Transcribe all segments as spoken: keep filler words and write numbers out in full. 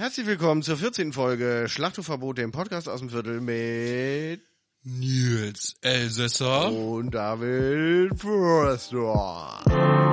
Herzlich willkommen zur vierzehnten Folge Schlachthofverbot, dem Podcast aus dem Viertel mit Nils Elsässer und David Förster.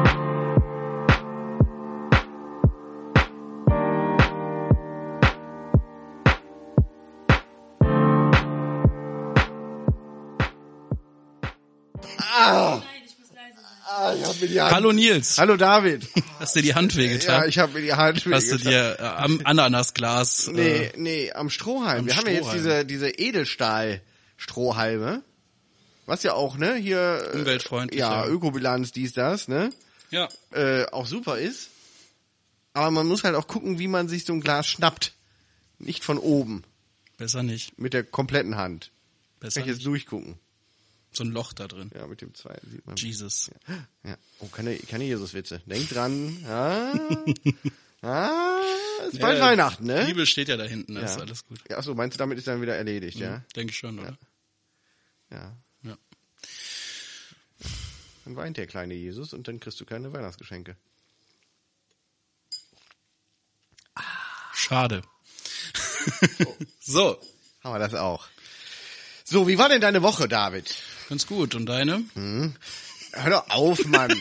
Ah. Ah, ich hab mir die Hand. Hallo Nils. Hallo David. Hast dir die Hand wehgetan? Ja, ich habe mir die Hand wehgetan. Hast du dir äh, am Ananasglas? Nee, Äh, nee, am Strohhalm. am Wir haben ja jetzt Strohhalm. diese diese Edelstahl-Strohhalme. Was ja auch, ne, hier... Umweltfreundlich, Ja, ja. Ökobilanz, dies, das, ne? ja. Äh, auch super ist. Aber man muss halt auch gucken, wie man sich so ein Glas schnappt. Nicht von oben, Besser nicht. mit der kompletten Hand. Besser Kann ich jetzt nicht. durchgucken. So ein Loch da drin. Ja, mit dem zweiten sieht man. Jesus. Ja. Oh, keine, keine Jesus-Witze. Denk dran. Ja. Ah, ist bald Ja, Weihnachten, ne? Bibel steht ja da hinten, das Ja. ist alles gut. Ja, achso, meinst du, damit ist dann wieder erledigt, ja? Denke ich schon, oder? Ja. Ja. Dann weint der kleine Jesus und dann kriegst du keine Weihnachtsgeschenke. Schade. So. Haben wir das auch. So, wie war denn deine Woche, David? Ganz gut. Und deine? Hör doch auf, Mann.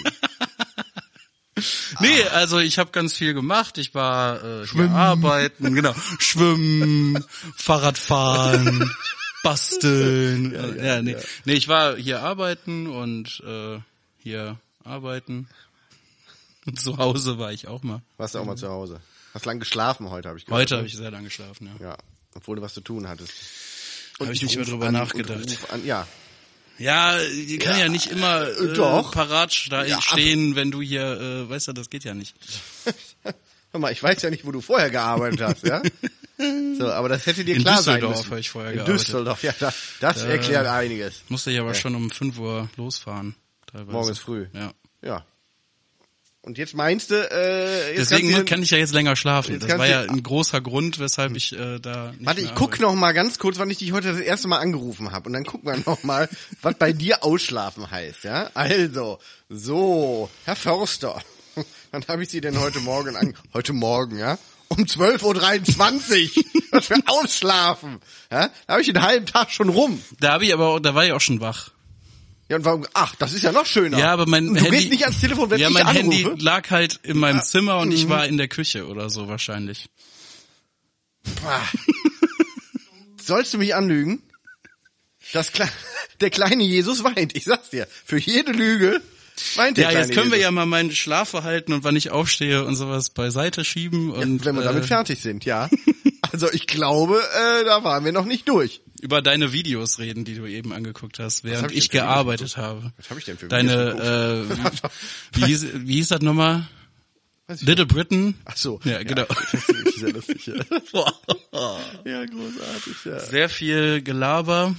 Nee, also ich habe ganz viel gemacht. Ich war äh, hier arbeiten, genau, schwimmen, Fahrradfahren, basteln. Ja, ja, ja, nee. ja. nee, ich war hier arbeiten und äh, hier arbeiten. Und zu Hause war ich auch mal. Warst du auch mal zu Hause? Hast lang geschlafen heute, habe ich gehört. Heute habe ich sehr lange geschlafen, ja. Ja, obwohl du was zu tun hattest. Habe ich nicht mehr ruf drüber an nachgedacht. und ruf an, ja. Ja, die kann ja, ja nicht immer äh, doch. parat sta- Ja. stehen, wenn du hier, äh, weißt du, das geht ja nicht. Hör mal, ich weiß ja nicht, wo du vorher gearbeitet hast, ja? So, aber das hätte dir In klar sein Düsseldorf müssen. habe ich vorher In gearbeitet. Düsseldorf, ja, das, das Äh, erklärt einiges. Musste ich aber schon um fünf Uhr losfahren. Teilweise. Morgens früh. Ja. Ja. Und jetzt meinst du, äh, jetzt Deswegen kannst du- kann ich ja jetzt länger schlafen. jetzt Das kannst war du- ja ein großer Grund, weshalb ich äh, da nicht Warte, mehr ich guck arbeite. noch mal ganz kurz, wann ich dich heute das erste Mal angerufen habe. Und dann gucken wir noch mal, was bei dir ausschlafen heißt, ja? Also, so, Herr Förster, wann habe ich Sie denn heute Morgen an... Heute Morgen, ja? Um zwölf Uhr dreiundzwanzig. Was für Ausschlafen. Ja? Da habe ich den halben Tag schon rum. Da habe ich aber, auch, da war ich auch schon wach. Ja, und warum... Ach, das ist ja noch schöner. Ja, aber mein und du Handy, gehst nicht ans Telefon, wenn ja, ich mein anrufe. Handy lag halt in meinem Zimmer und Mhm. ich war in der Küche oder so wahrscheinlich. Pah. Sollst du mich anlügen? Das Kle der kleine Jesus weint, ich sag's dir. Für jede Lüge weint der Ja, kleine jetzt können wir Jesus. ja mal mein Schlafverhalten und wann ich aufstehe und sowas beiseite schieben und Ja, wenn wir damit äh, fertig sind, ja. Also ich glaube, äh, da waren wir noch nicht durch. über deine Videos reden, die du eben angeguckt hast, hab während ich ich denn für gearbeitet habe. Was habe ich denn für Deine, äh, wie, wie, hieß, wie hieß das nochmal? Weiß ich Little Britain? Ach so. Ja, genau. Das ist sehr lustig, ja. Ja, großartig, ja. Sehr viel Gelaber.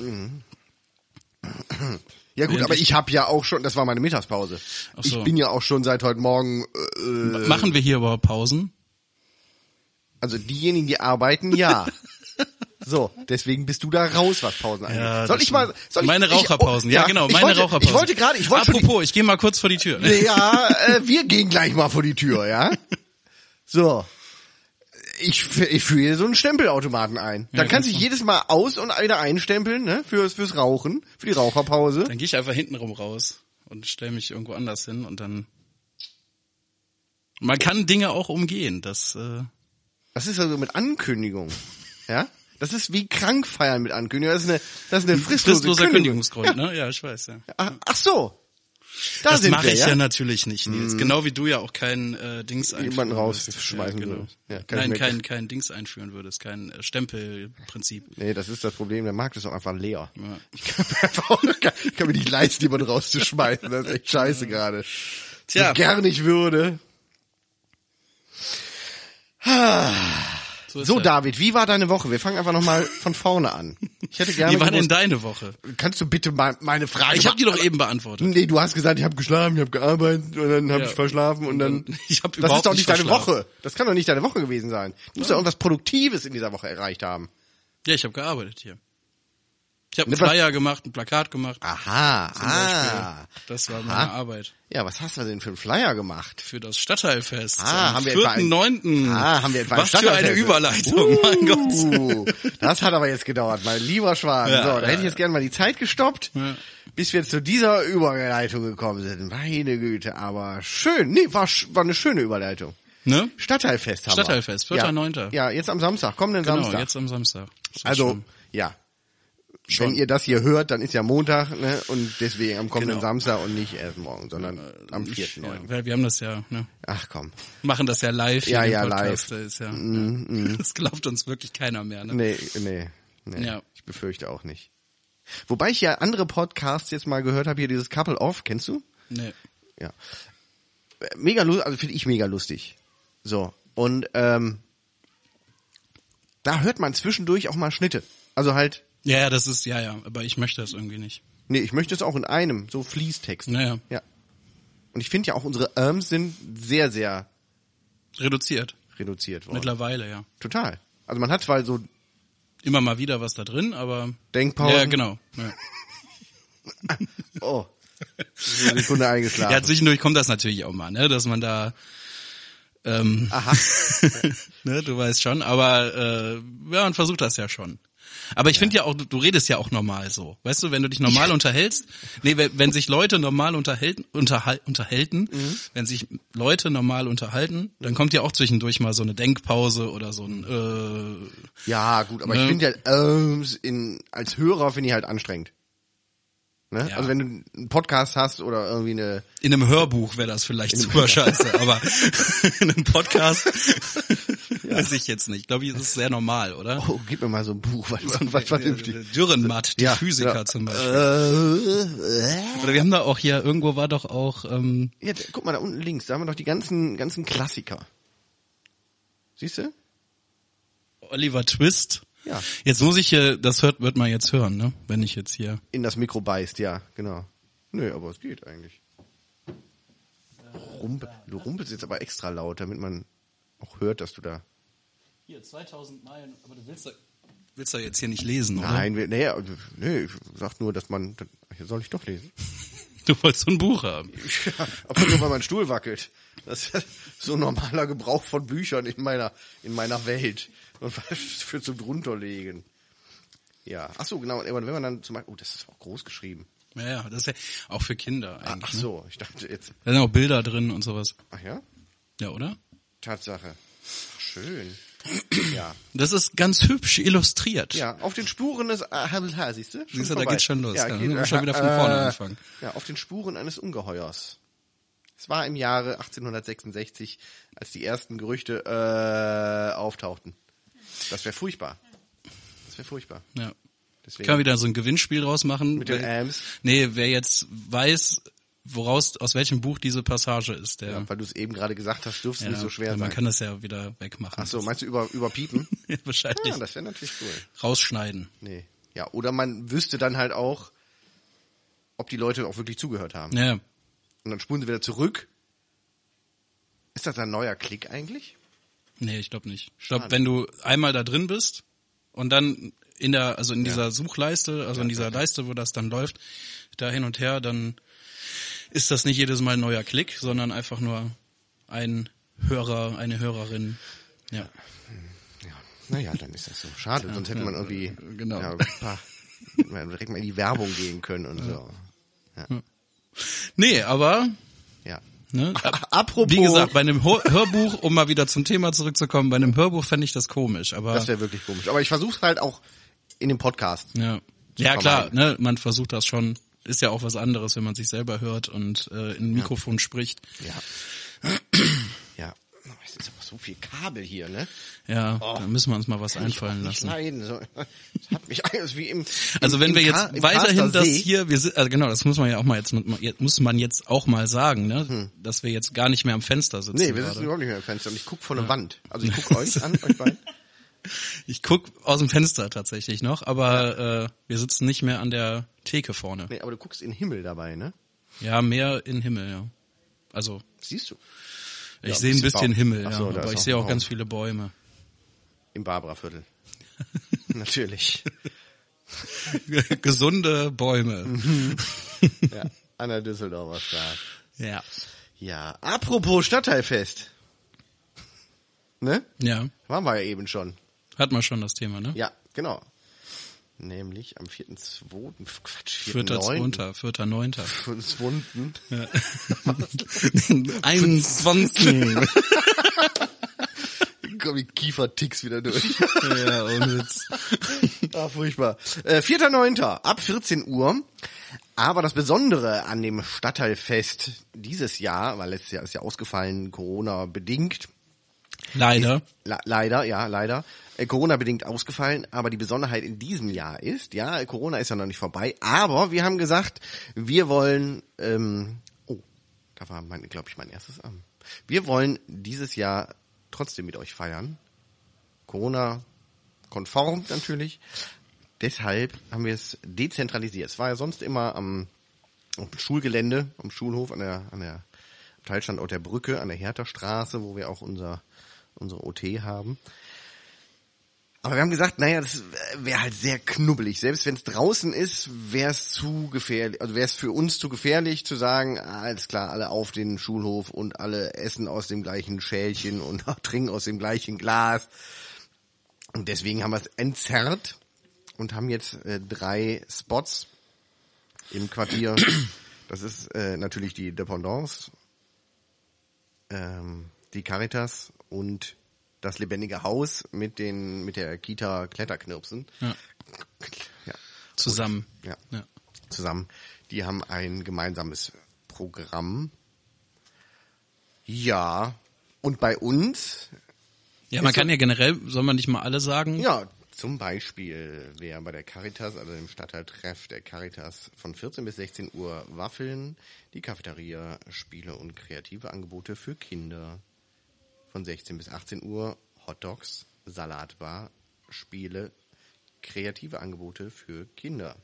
Ja gut, Während aber ich- ich habe ja auch schon, das war meine Mittagspause. Ach so. Ich bin ja auch schon seit heute Morgen, äh, Machen wir hier überhaupt Pausen? also diejenigen, die arbeiten, ja. So, deswegen bist du da raus, was Pausen angeht. Ja, soll das ich mal, soll ich, meine ich, Raucherpausen, ja, genau, ich meine wollte, Raucherpausen. Ich wollte gerade, ich wollte schon Apropos, ich gehe mal kurz vor die Tür. die, ja, äh, wir gehen gleich mal vor die Tür, ja. So. Ich, f- ich führe hier so einen Stempelautomaten ein. Da Ja, kannst du kannst du. jedes Mal aus und wieder einstempeln, ne, fürs, fürs Rauchen, für die Raucherpause. Dann gehe ich einfach hintenrum raus und stelle mich irgendwo anders hin und dann... Man kann Dinge auch umgehen, das... Äh, Das ist also mit Ankündigung, ja. Das ist wie krank feiern mit Ankündigung. Das ist eine, das ist eine fristlose fristloser Kündigung. Kündigungsgrund, ne? Ja, ich weiß, ja. Ach, ach so. Da Das sind mache wir, ich ja. ja, natürlich nicht, Nils. Genau wie du ja auch kein äh, Dings einführen Jemanden würdest. rausschmeißen ja, genau. würdest. Ja, kann Nein, ich mir- kein, kein Dings einführen würdest, kein äh, Stempelprinzip. Nee, das ist das Problem. Der Markt ist auch einfach leer. Ja. Ich kann mir einfach auch, kann, kann mir nicht leisten, jemanden rauszuschmeißen. Das ist echt scheiße gerade. Tja. So gern ich würde. ist So, das. David, wie war deine Woche? Wir fangen einfach nochmal von vorne an. Ich hätte gerne Wie war denn gewusst- deine Woche? Kannst du bitte mal meine Frage... Ich habe die doch eben beantwortet. Nee, du hast gesagt, ich habe geschlafen, ich habe gearbeitet und dann habe Ja. ich verschlafen und dann... Ich hab das überhaupt ist doch nicht nicht deine verschlafen. Woche. Das kann doch nicht deine Woche gewesen sein. Du musst ja irgendwas Produktives in dieser Woche erreicht haben. Ja, ich habe gearbeitet hier. Ich habe einen Flyer gemacht, ein Plakat gemacht. Aha, Zum Beispiel. ah. Das war Aha. meine Arbeit. Ja, was hast du denn für einen Flyer gemacht? Für das Stadtteilfest. Ah, am haben wir etwa ein- vierten neunten Ah, haben wir etwa ein Was für eine Stadtteilfest? Überleitung, mein Gott. Uh, das hat aber jetzt gedauert, mein lieber Schwan. Ja, so, da ja, hätte ich jetzt gerne mal die Zeit gestoppt, Ja. bis wir zu dieser Überleitung gekommen sind. Meine Güte, aber schön. Nee, war, sch- war eine schöne Überleitung. Ne? Stadtteilfest haben Stadtteilfest, wir. vierter Ja, neunter ja, jetzt am Samstag, kommenden Genau, Samstag. jetzt am Samstag. Das ist Also, schon- ja. Schon. Wenn ihr das hier hört, dann ist ja Montag, ne? Und deswegen am kommenden Genau. Samstag und nicht erst morgen, sondern am vierten Ja, neunten weil wir haben das ja, ne? Ach komm. Machen das ja live hier Ja, im ja, Podcast. live. Das ist ja, Mm, ja. Das glaubt uns wirklich keiner mehr, ne? Nee, nee, nee. Ja. Ich befürchte auch nicht. Wobei ich ja andere Podcasts jetzt mal gehört habe, hier dieses Couple Off, kennst du? Nee. Ja. Mega lustig, also finde ich mega lustig. So. Und ähm, da hört man zwischendurch auch mal Schnitte. Also halt, Ja, ja, das ist, ja, ja, aber ich möchte das irgendwie nicht. nee, ich möchte es auch in einem, so Fließtext. Naja, Ja. Und ich finde ja auch unsere Erms sind sehr, sehr reduziert. reduziert worden. Mittlerweile, ja. Total. Also man hat zwar so Immer mal wieder was da drin, aber... Denkpausen. Ja, genau. Ja. Oh. Eine Sekunde eingeschlafen. Ja, zwischendurch kommt das natürlich auch mal, ne, dass man da... Ähm, Aha. ne, du weißt schon, aber äh, ja, man versucht das ja schon. Aber ich finde ja auch, du, du redest ja auch normal so. Weißt du, wenn du dich normal unterhältst, nee, wenn, wenn sich Leute normal unterhalten, unterhal, unterhalten, Mhm. wenn sich Leute normal unterhalten, dann kommt ja auch zwischendurch mal so eine Denkpause oder so ein äh, Ja, gut, aber Ne? ich finde ja, Erms in, als Hörer finde ich halt anstrengend. Ne? Ja. Also wenn du einen Podcast hast oder irgendwie eine, in einem Hörbuch wäre das vielleicht super scheiße, aber in einem Podcast weiß ich jetzt nicht. Ich glaube, das ist sehr normal, oder? oh, gib mir mal so ein Buch, was, was vernünftig. Dürrenmatt, die Ja, Physiker ja. zum Beispiel. Äh, Oder wir haben da auch hier, irgendwo war doch auch, ähm, ja, guck mal, da unten links, da haben wir doch die ganzen, ganzen Klassiker. Siehst du? Oliver Twist. Ja. Jetzt muss ich hier, das hört, wird man jetzt hören, ne? Wenn ich jetzt hier. In das Mikro beißt, ja, genau. Nö, aber es geht eigentlich. Rumpel, du rumpelst jetzt aber extra laut, damit man auch hört, dass du da... Hier, zweitausend Meilen, aber du willst da, willst da jetzt hier nicht lesen, oder? Nein, wir, nee, nee, ich sag nur, dass man... Hier soll ich doch lesen. Du wolltest so ein Buch haben. Ja, aber nur weil mein Stuhl wackelt. Das ist so ein normaler Gebrauch von Büchern in meiner in meiner Welt und für zum drunterlegen. Ja, ach so, genau. Aber wenn man dann zum Beispiel, oh, das ist auch groß geschrieben. Ja, ja, das ist ja auch für Kinder Ah, eigentlich. ach so, ich dachte jetzt. Ne? Da sind auch Bilder drin und sowas. Ach ja, Ja, oder? Tatsache. Ach, schön. Ja, Das ist ganz hübsch illustriert. ja. Auf den Spuren des ah, siehst du? Siehst du, da geht's schon los. Ja, geht, dann schon wieder von vorne anfangen. Ja, auf den Spuren eines Ungeheuers. Es war im Jahre achtzehnhundertsechsundsechzig, als die ersten Gerüchte äh, auftauchten. Das wäre furchtbar. Das wäre furchtbar. Ja. Deswegen. Kann man wieder so ein Gewinnspiel draus machen. Mit den Wer- Ams. Nee, wer jetzt weiß, woraus, aus welchem Buch diese Passage ist, der. Ja, weil du es eben gerade gesagt hast, dürfte es nicht so schwer man sein. kann das ja wieder wegmachen. Ach so, meinst du über überpiepen? Ja, wahrscheinlich. Ja, das wäre natürlich cool. Rausschneiden. Nee. Ja, oder man wüsste dann halt auch, ob die Leute auch wirklich zugehört haben. Ja. Und dann spulen sie wieder zurück. Ist das ein neuer Klick eigentlich? Nee, ich glaube nicht. Ich glaube, Schade. wenn du einmal da drin bist und dann in der, also in dieser Suchleiste, also in dieser Leiste, wo das dann läuft, da hin und her, dann ist das nicht jedes Mal ein neuer Klick, sondern einfach nur ein Hörer, eine Hörerin. Ja. Ja. Naja, dann ist das so. Schade, sonst hätte man irgendwie genau. ja, ein paar, hätte man direkt mal in die Werbung gehen können und so. Nee, aber Ja. ne, Apropos, wie gesagt, bei einem Hör- Hörbuch, um mal wieder zum Thema zurückzukommen, bei einem Hörbuch fände ich das komisch, aber das wäre wirklich komisch. Aber ich versuche halt auch in dem Podcast. ja, ja klar, vermeiden. ne, man versucht das schon. Ist ja auch was anderes, wenn man sich selber hört und äh, in ein Mikrofon spricht. Ja. Ja. Oh, es ist aber so viel Kabel hier, ne? Ja, Oh, da müssen wir uns mal was Kann ich einfallen auch nicht lassen. leiden. So, das hat mich alles wie im, Also im, wenn im wir jetzt Ka- im weiterhin das Kastersee- hier, wir sind, also genau, das muss man ja auch mal jetzt, jetzt muss man jetzt auch mal sagen, ne, dass wir jetzt gar nicht mehr am Fenster sitzen. Nee, wir gerade. sitzen überhaupt nicht mehr im Fenster und ich guck vor eine Wand. Also ich guck euch an, euch beiden. Ich guck aus dem Fenster tatsächlich noch, aber äh, wir sitzen nicht mehr an der Theke vorne. Nee, aber du guckst in den Himmel dabei, ne? Ja, mehr in Himmel, ja. Also Siehst du? ich Ja, sehe ein bisschen Baum. Himmel, Ach ja, so, da aber ist ich auch sehe ein auch Baum. ganz viele Bäume. Im Barbara-Viertel. Natürlich. Gesunde Bäume. Ja, an der Düsseldorfer Straße. Ja. Ja, apropos Stadtteilfest. Ne? Ja. Waren wir ja eben schon. Hat man schon das Thema, ne? Ja, genau. Nämlich am vierten zweiten Quatsch, Vierter, Zweiter, Vierter, Neunter. Zweiten. Ja. einundzwanzig. Kommen die Kieferticks wieder durch. Ja, ohne Witz. Ah, furchtbar. Äh, vierter Neunter ab vierzehn Uhr. Aber das Besondere an dem Stadtteilfest dieses Jahr, weil letztes Jahr ist ja ausgefallen, Corona-bedingt. Leider. Le- leider, ja, leider. Äh, Corona-bedingt ausgefallen, aber die Besonderheit in diesem Jahr ist, ja, Corona ist ja noch nicht vorbei, aber wir haben gesagt, wir wollen, ähm, oh, da war, mein, glaube ich, mein erstes Abend. Wir wollen dieses Jahr trotzdem mit euch feiern. Corona-konform natürlich. Deshalb haben wir es dezentralisiert. Es war ja sonst immer am, am Schulgelände, am Schulhof, an der, an der Teilstandort der Brücke, an der Hertha-Straße, wo wir auch unser, unsere O T haben. Aber wir haben gesagt, naja, das wäre halt sehr knubbelig. Selbst wenn es draußen ist, wäre es zu gefährlich, also wäre es für uns zu gefährlich zu sagen, ah, alles klar, alle auf den Schulhof und alle essen aus dem gleichen Schälchen und trinken aus dem gleichen Glas. Und deswegen haben wir es entzerrt und haben jetzt äh, drei Spots im Quartier. Das ist äh, natürlich die Dependance, ähm, die Caritas und das lebendige Haus mit den mit der Kita Kletterknirpsen. Ja. Ja. Zusammen. Ja. Ja. Zusammen. Die haben ein gemeinsames Programm. Ja. Und bei uns? Ja, man kann ja generell, soll man nicht mal alle sagen? Ja, zum Beispiel wäre bei der Caritas, also dem Stadtteiltreff der Caritas von vierzehn bis sechzehn Uhr Waffeln, die Cafeteria, Spiele und kreative Angebote für Kinder. Von sechzehn bis achtzehn Uhr Hotdogs, Salatbar, Spiele, kreative Angebote für Kinder.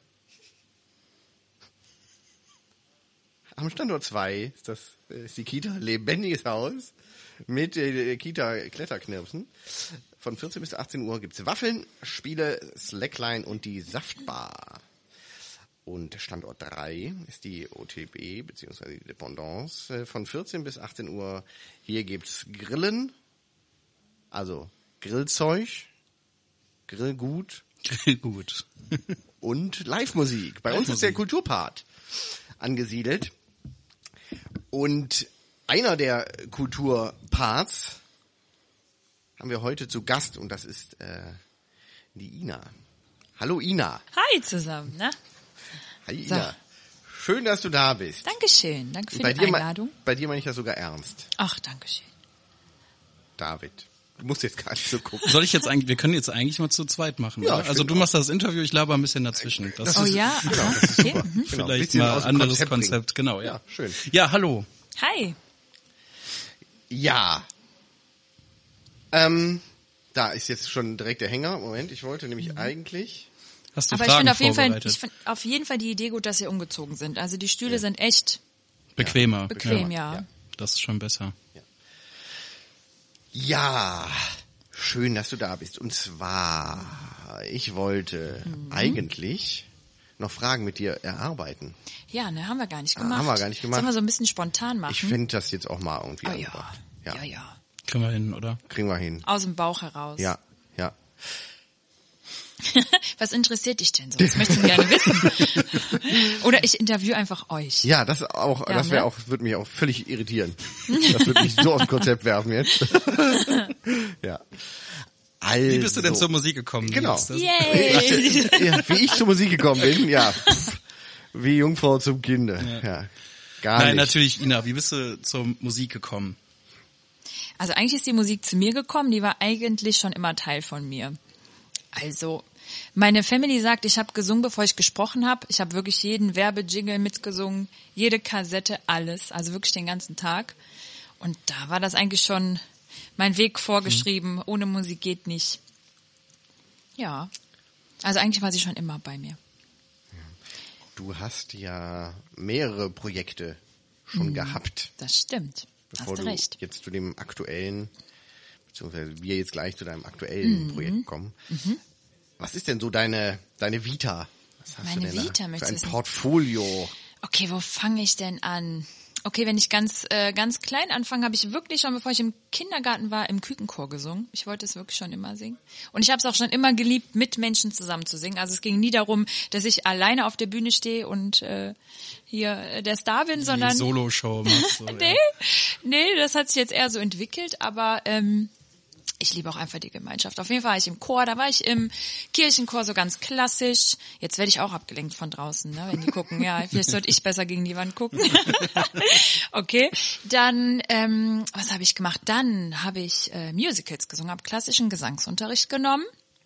Am Standort zwei ist das ist die Kita Lebendiges Haus mit der Kita Kletterknirpsen. Von vierzehn bis achtzehn Uhr gibt's Waffeln, Spiele, Slackline und die Saftbar. Und Standort drei ist die O T B bzw. die Dependance von vierzehn bis achtzehn Uhr. Hier gibt's Grillen, also Grillzeug, Grillgut. Grillgut. Und Live-Musik. Bei uns ist der Kulturpart angesiedelt. Und einer der Kulturparts haben wir heute zu Gast und das ist äh, die Ina. Hallo Ina. Hi zusammen, ne? Hi So. Ina. Schön, dass du da bist. Dankeschön, danke für bei die dir Einladung. Me- bei dir meine ich das sogar ernst. Ach, Dankeschön. David. Du musst jetzt gar nicht so gucken. Soll ich jetzt eigentlich, wir können jetzt eigentlich mal zu zweit machen. Ja, oder? ich Also find du auch. machst das Interview, ich laber ein bisschen dazwischen. Das Oh ist ja, Genau, aha, das ist okay. super. Mhm. Genau, vielleicht bisschen mal aus dem anderes Konzept Konzept, bringen. genau, ja. Ja, schön. Ja, hallo. Hi. Ja. Ähm, da ist jetzt schon direkt der Hänger. Moment, ich wollte nämlich eigentlich... Hast du Aber ich Fragen finde auf jeden Fall, vorbereitet? ich finde auf jeden Fall die Idee gut, dass ihr umgezogen sind. Also die Stühle sind echt Bequemer. bequem, ja. Ja. Das ist schon besser. Ja, schön, dass du da bist. Und zwar, ich wollte Mhm. eigentlich noch Fragen mit dir erarbeiten. Ja, ne, haben wir gar nicht Ah, gemacht. haben wir gar nicht gemacht. Sollen wir so ein bisschen spontan machen? Ich finde das jetzt auch mal irgendwie oh ja. angebracht. ja, Ja. ja, ja. Kriegen wir hin, oder? Kriegen wir hin. Aus dem Bauch heraus. Ja, ja. Was interessiert dich denn so? Das möchtest du gerne wissen. Oder ich interview einfach euch. Ja, das auch, Ja, das wäre ne? auch, würde mich auch völlig irritieren. Das würde mich so aus dem Konzept werfen jetzt. Ja. Also, Wie bist du denn zur Musik gekommen? Genau. Nils? Das- Yay! ja, wie ich zur Musik gekommen bin, ja. Pff, wie Jungfrau zum Kinde. Ja. Gar Nein, nicht. natürlich, Ina, wie bist du zur Musik gekommen? Also eigentlich ist die Musik zu mir gekommen, die war eigentlich schon immer Teil von mir. Also meine Family sagt, ich habe gesungen, bevor ich gesprochen habe. Ich habe wirklich jeden Werbejingle mitgesungen, jede Kassette, alles, also wirklich den ganzen Tag. Und da war das eigentlich schon mein Weg vorgeschrieben, mhm. Ohne Musik geht nicht. Ja, also eigentlich war sie schon immer bei mir. Du hast ja mehrere Projekte schon Mhm. gehabt, Das stimmt, bevor hast du du recht. jetzt zu dem aktuellen, beziehungsweise wir jetzt gleich zu deinem aktuellen Mhm. Projekt kommen. was ist denn so deine, deine Vita? Was hast Meine du denn Vita, da für möchtest ein du wissen? Portfolio? Okay, wo fange ich denn an? Okay, wenn ich ganz äh, ganz klein anfange, habe ich wirklich schon, bevor ich im Kindergarten war, im Kükenchor gesungen. Ich wollte es wirklich schon immer singen. Und ich habe es auch schon immer geliebt, mit Menschen zusammen zu singen. Also es ging nie darum, dass ich alleine auf der Bühne stehe und äh, hier äh, der Star bin, sondern... Die Solo-Show machst du, nee, ja. nee, das hat sich jetzt eher so entwickelt, aber... ähm ich liebe auch einfach die Gemeinschaft. Auf jeden Fall war ich im Chor, da war ich im Kirchenchor so ganz klassisch. Jetzt werde ich auch abgelenkt von draußen, ne, wenn die gucken. Ja, vielleicht sollte ich besser gegen die Wand gucken. Okay, dann, ähm, was habe ich gemacht? Dann habe ich äh, Musicals gesungen, habe klassischen Gesangsunterricht genommen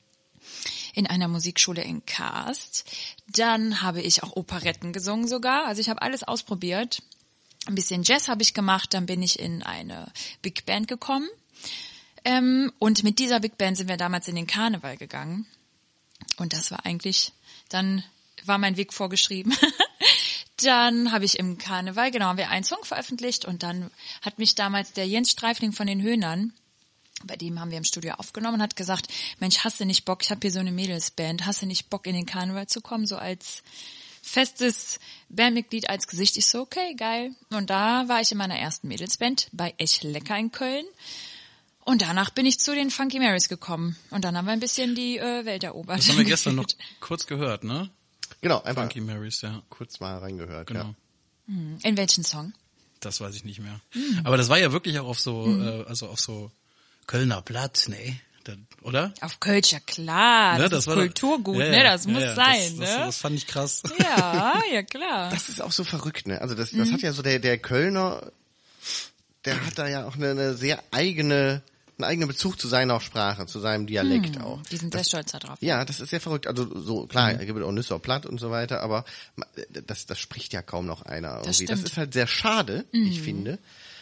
in einer Musikschule in Karst. Dann habe ich auch Operetten gesungen sogar. Also ich habe alles ausprobiert. Ein bisschen Jazz habe ich gemacht, dann bin ich in eine Big Band gekommen. Ähm, und mit dieser Big Band sind wir damals in den Karneval gegangen. Und das war eigentlich, dann war mein Weg vorgeschrieben. Dann habe ich im Karneval, genau, haben wir einen Song veröffentlicht und dann hat mich damals der Jens Streifling von den Höhnern, bei dem haben wir im Studio aufgenommen, und hat gesagt, Mensch, hast du nicht Bock, ich habe hier so eine Mädelsband, hast du nicht Bock, in den Karneval zu kommen, so als festes Bandmitglied, als Gesicht? Ich so, okay, geil. Und da war ich in meiner ersten Mädelsband bei Echt Lecker in Köln. Und danach bin ich zu den Funky Marys gekommen. Und dann haben wir ein bisschen die äh, Welt erobert. Das haben wir gestern noch kurz gehört, ne? Genau, einfach Funky Marys, ja. kurz mal reingehört. Genau. Ja. In welchen Song? Das weiß ich nicht mehr. Mhm. Aber das war ja wirklich auch auf so, mhm. äh, also auf so Kölner Platz, ne? Da, oder? Auf Kölsch, ja klar. Ne, das, das ist war Kulturgut, ja, ja, ne? Das ja, muss ja, sein, das, ne? Das, das fand ich krass. Ja, ja, klar. Das ist auch so verrückt, ne? Also das, das mhm. hat ja so der, der Kölner, der hat da ja auch eine, eine sehr eigene, einen eigenen Bezug zu seiner Sprache, zu seinem Dialekt hm, auch. Die sind das, sehr stolz darauf. Ja, das ist sehr verrückt. Also so, klar, mhm. er gibt auch Nüsser platt und so weiter, aber das, das spricht ja kaum noch einer irgendwie. Das, das ist halt sehr schade, mhm. ich finde.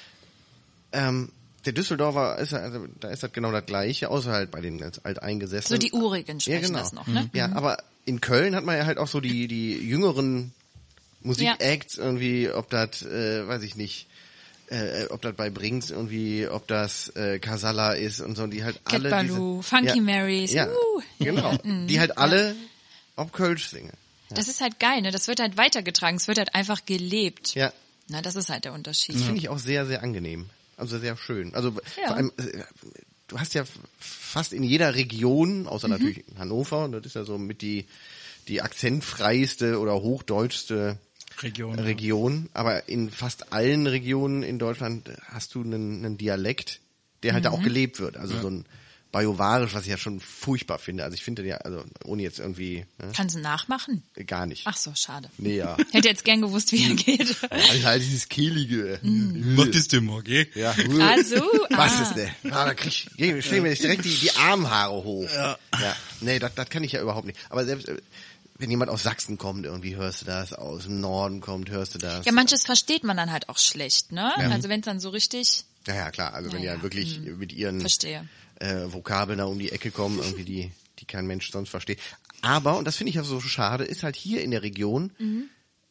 Ähm, der Düsseldorfer ist also, da ist halt genau das Gleiche, außer halt bei den als Alteingesessenen. So die Urigen sprechen ja, genau. das noch, ne? Ja, aber in Köln hat man ja halt auch so die, die jüngeren Musikacts ja. irgendwie, ob das, äh, weiß ich nicht, Äh, ob das bei Brings irgendwie, ob das äh, Casalla ist und so, die halt Cat alle Baloo, diese, Funky ja, Marys, ja, uh. genau, die halt alle auf Kölsch singen. Ja. Das ist halt geil, ne? Das wird halt weitergetragen, es wird halt einfach gelebt. Ja. Na, das ist halt der Unterschied. Das finde ich auch sehr, sehr angenehm. Also sehr schön. Also ja. vor allem, äh, du hast ja fast in jeder Region, außer mhm. natürlich in Hannover, das ist ja so mit die, die akzentfreiste oder hochdeutschste Region, Region, ja. aber in fast allen Regionen in Deutschland hast du einen, einen Dialekt, der halt mhm. da auch gelebt wird. Also ja. so ein Bajuwarisch, was ich ja schon furchtbar finde. Also ich finde ja, also ohne jetzt irgendwie... Ne? Kannst du nachmachen? Gar nicht. Ach so, schade. Nee, ja. Hätte jetzt gern gewusst, wie er geht. Ja, halt dieses Kehlige. Mhm. Mach das denn mal, gell? Ja. Also, was ah. ist denn? Ah, da krieg ich, stehen mir jetzt direkt die, die Armhaare hoch. Ja. Ja. Nee, das, das kann ich ja überhaupt nicht. Aber selbst... Wenn jemand aus Sachsen kommt, irgendwie hörst du das, aus dem Norden kommt, hörst du das. Ja, manches versteht man dann halt auch schlecht, ne? Ja. Also wenn es dann so richtig... Ja, ja, klar. Also wenn ja, die ja. dann wirklich hm. mit ihren Verstehe. äh, Vokabeln da um die Ecke kommen, irgendwie die, die kein Mensch sonst versteht. Aber, und das finde ich auch so schade, ist halt hier in der Region, mhm.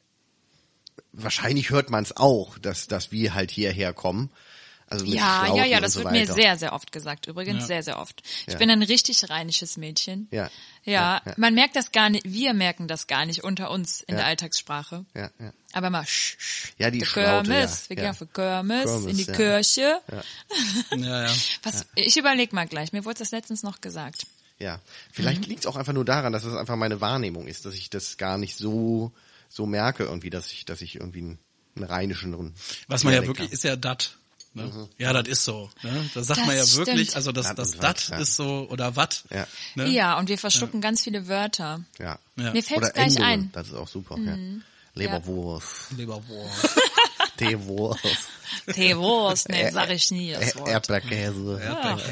wahrscheinlich hört man es auch, dass, dass wir halt hierher kommen. Also mit ja, Flauten ja, ja, und das so wird weiter. mir sehr, sehr oft gesagt. Übrigens Ja. sehr, sehr oft. Ich Ja. bin ein richtig rheinisches Mädchen. Ja. Ja, Ja, ja. man merkt das gar nicht, wir merken das gar nicht unter uns in Ja. der Alltagssprache. Ja, ja. Aber mal sch, sch, Ja, die der Schlaute, Kirmes, ja. wir Ja. gehen auf die Kirmes, Kirmes, in die ja. Kirche. Ja. Ja, ja. Was, ich überleg mal gleich, mir wurde das letztens noch gesagt. Ja, vielleicht mhm. liegt es auch einfach nur daran, dass es einfach meine Wahrnehmung ist, dass ich das gar nicht so so merke irgendwie, dass ich dass ich irgendwie einen, einen rheinischen Was man ja Dialekt wirklich habe. ist ja dat. Ne? Mhm. Ja, das ist so. Ne? Das sagt Das man ja stimmt. wirklich, also das Dat das und wat, dat ja. ist so oder wat. Ja. Ne? Ja, und wir verschlucken ganz viele Wörter. Ja. Ja. Mir fällt's Oder gleich Endungen, ein. das ist auch super. Ja. Leberwurst, Leberwurst. Teewurst, Teewurst, ne, sag ich nie das Er- Wort. Erdbeerkäse. Ach,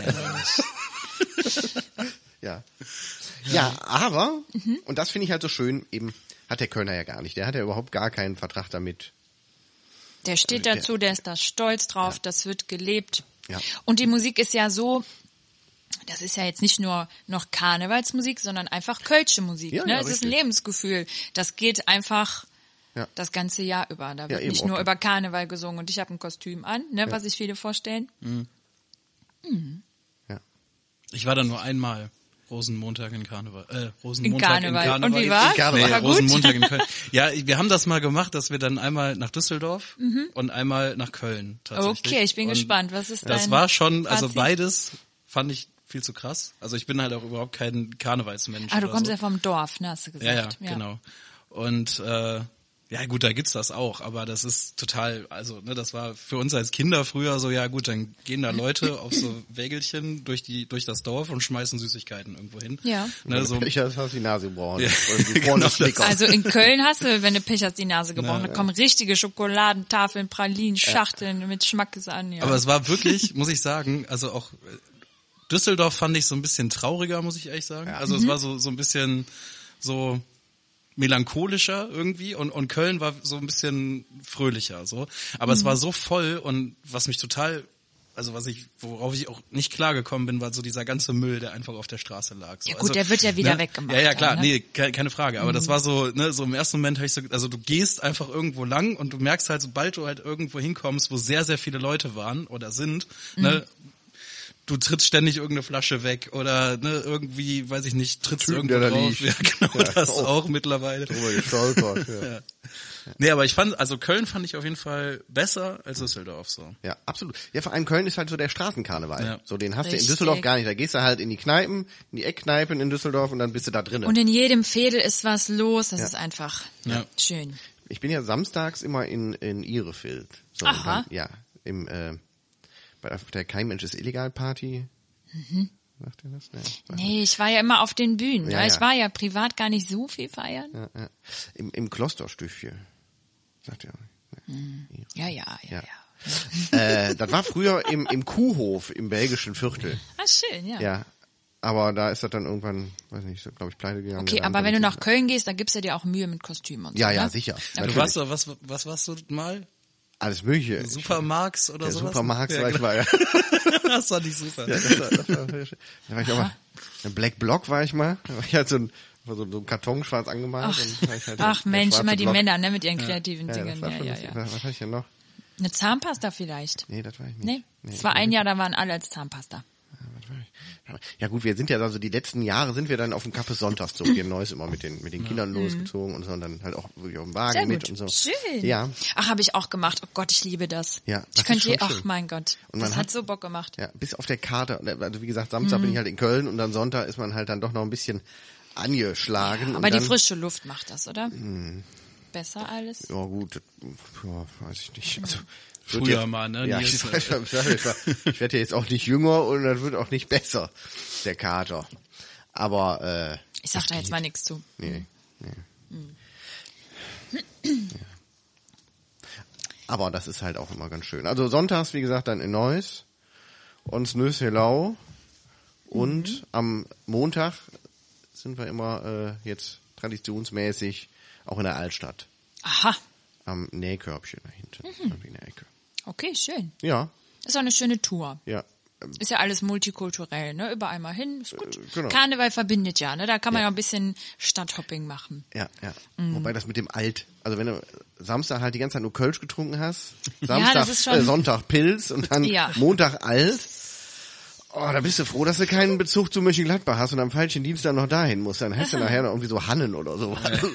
Ja. Ja, aber, und das finde ich halt so schön, eben hat der Kölner ja gar nicht. Der hat ja überhaupt gar keinen Vertrag damit. Der steht Der- dazu, der ist da stolz drauf, Ja. das wird gelebt. Ja. Und die Musik ist ja so, das ist ja jetzt nicht nur noch Karnevalsmusik, sondern einfach kölsche Musik. Ja, ne? ja, Es ist ein richtig. Lebensgefühl. Das geht einfach Ja. das ganze Jahr über. Da wird eben, nicht nur okay. über Karneval gesungen und ich habe ein Kostüm an, ne, was sich viele vorstellen. Ja. Ich war da nur einmal. Rosenmontag in Karneval. Äh, In Rosenmontag Karneval. in Karneval. Und wie war's? Nee, War gut? Rosenmontag in Köln. Ja, wir haben das mal gemacht, dass wir dann einmal nach Düsseldorf und einmal nach Köln tatsächlich. Okay, ich bin und gespannt. Was ist dein Das war schon, also Fazit? beides fand ich viel zu krass. Also ich bin halt auch überhaupt kein Karnevalsmensch. Ah, du oder kommst so. ja vom Dorf, ne, hast du gesagt. Ja, ja, genau. Und äh, ja gut, da gibt's das auch, aber das ist total, also ne, das war für uns als Kinder früher so, ja gut, dann gehen da Leute auf so Wägelchen durch die durch das Dorf und schmeißen Süßigkeiten irgendwo hin. Ja. Ne, so, Ich hast die Nase gebrochen. Ja. Oder die vorne Genau Snickers. Also in Köln hast du, wenn du Pech hast, die Nase gebrochen. Da kommen richtige Schokoladentafeln, Pralinen, Schachteln mit Schmackes an. Ja. aber es war wirklich, muss ich sagen, also auch äh, Düsseldorf fand ich so ein bisschen trauriger, muss ich ehrlich sagen. Also Mhm. es war so so ein bisschen so melancholischer irgendwie und und Köln war so ein bisschen fröhlicher so, aber Mhm. es war so voll und was mich total, also was ich, worauf ich auch nicht klargekommen bin, war so dieser ganze Müll, der einfach auf der Straße lag. So. Ja gut, also, der wird ja wieder ne? weggemacht Ja, ja, klar, dann, ne? nee, ke- keine Frage, aber das war so, ne, so im ersten Moment habe ich so, also du gehst einfach irgendwo lang und du merkst halt, sobald du halt irgendwo hinkommst, wo sehr, sehr viele Leute waren oder sind, ne, du trittst ständig irgendeine Flasche weg oder ne, irgendwie, weiß ich nicht, trittst Typen, irgendwo der da drauf. liegt. Ja, genau, Ja, das auch. auch mittlerweile. Drüber gestolpert, ja. Ja. Nee, aber ich fand, also Köln fand ich auf jeden Fall besser als Düsseldorf so. Ja, absolut. Ja, vor allem Köln ist halt so der Straßenkarneval. Ja. So, den hast du in Richtig. Düsseldorf gar nicht. Da gehst du halt in die Kneipen, in die Eckkneipen in Düsseldorf und dann bist du da drinnen. Und in jedem Fädel ist was los. Das Ja. ist einfach Ja. schön. Ich bin ja samstags immer in, in Ihrefeld. So, Aha. und dann, ja, im, äh, bei der, der Kein Mensch ist illegal Party. Mhm. Sagt ihr das? Nee. Nee, ich war ja immer auf den Bühnen. Ja, Ja, Ich ja. war ja privat gar nicht so viel feiern. Ja, ja. Im, im Klosterstüffchen. Sagt ihr auch nicht? Nee. Ja, ja, ja, Ja. ja. äh, das war früher im, im Kuhhof im belgischen Viertel. Ah, schön, ja. Ja. Aber da ist das dann irgendwann, weiß nicht, so, glaube ich, pleite gegangen. Okay, Der aber Laden wenn du war nach Köln gehst, da gibst du dir auch Mühe mit Kostümen und so. Ja, ja, ne? sicher. Du Natürlich. warst doch, was, was warst du mal? Alles Mögliche. Supermarks oder Der sowas? Supermarkt, ja, war ich genau. mal, ja. Das war nicht super. Ja, das war, das war, da war ich auch mal. Im Black Block war ich mal. Da war ich halt so ein, so, so ein Karton schwarz angemalt. Ach, und war ich halt ach der Mensch, schwarze immer die Block. Männer, ne, mit ihren kreativen Ja, das Dingen. war Ja, schon ja, lustig. ja. Was, was hatte ich denn noch? Eine Zahnpasta vielleicht? Nee, das war ich nicht. Nee. Nee, Es war ein Jahr, da waren alle als Zahnpasta. was war ich? Ja gut, wir sind ja also die letzten Jahre sind wir dann auf dem Kappes Sonntagszug hier in Neuss immer mit den mit den Kindern losgezogen und so und dann halt auch wirklich auf dem Wagen Sehr mit gut. und so. Schön. Ja. Ach, habe ich auch gemacht. Oh Gott, ich liebe das. Ja, das Ich könnte ist je, schon ach schön. mein Gott. Und man Das hat hat- so Bock gemacht. Ja, bis auf der Karte, also wie gesagt, Samstag Mhm. bin ich halt in Köln und dann Sonntag ist man halt dann doch noch ein bisschen angeschlagen. Aber und die dann, frische Luft macht das, oder? Besser alles? Ja gut, das, ja, weiß ich nicht. Also, Früher wird jetzt, mal, ne? Ja, Nils, ich, ich, ich, ich werde jetzt auch nicht jünger und das wird auch nicht besser, der Kater. Aber äh, Ich sag da jetzt mal nichts zu. nee, nee. Ja. Aber das ist halt auch immer ganz schön. Also sonntags, wie gesagt, dann in Neuss und Nöshelau und am Montag sind wir immer äh, jetzt traditionsmäßig auch in der Altstadt. Aha. Am Nähkörbchen da hinten, in der Ecke. Okay, schön. Ja, Ist auch eine schöne Tour. ja. Ist ja alles multikulturell, ne? Überall mal hin, ist gut. Äh, genau. Karneval verbindet ja, ne? Da kann man Ja. ja ein bisschen Stadthopping machen. Ja, ja. Mhm. Wobei das mit dem Alt, also wenn du Samstag halt die ganze Zeit nur Kölsch getrunken hast, Samstag, das ist schon- äh, Sonntag Pilz und dann Ja. Montag Alt, oh, da bist du froh, dass du keinen Bezug zu Mönchengladbach hast und am falschen Dienstag noch dahin musst. Dann hast du nachher noch irgendwie so Hannen oder so.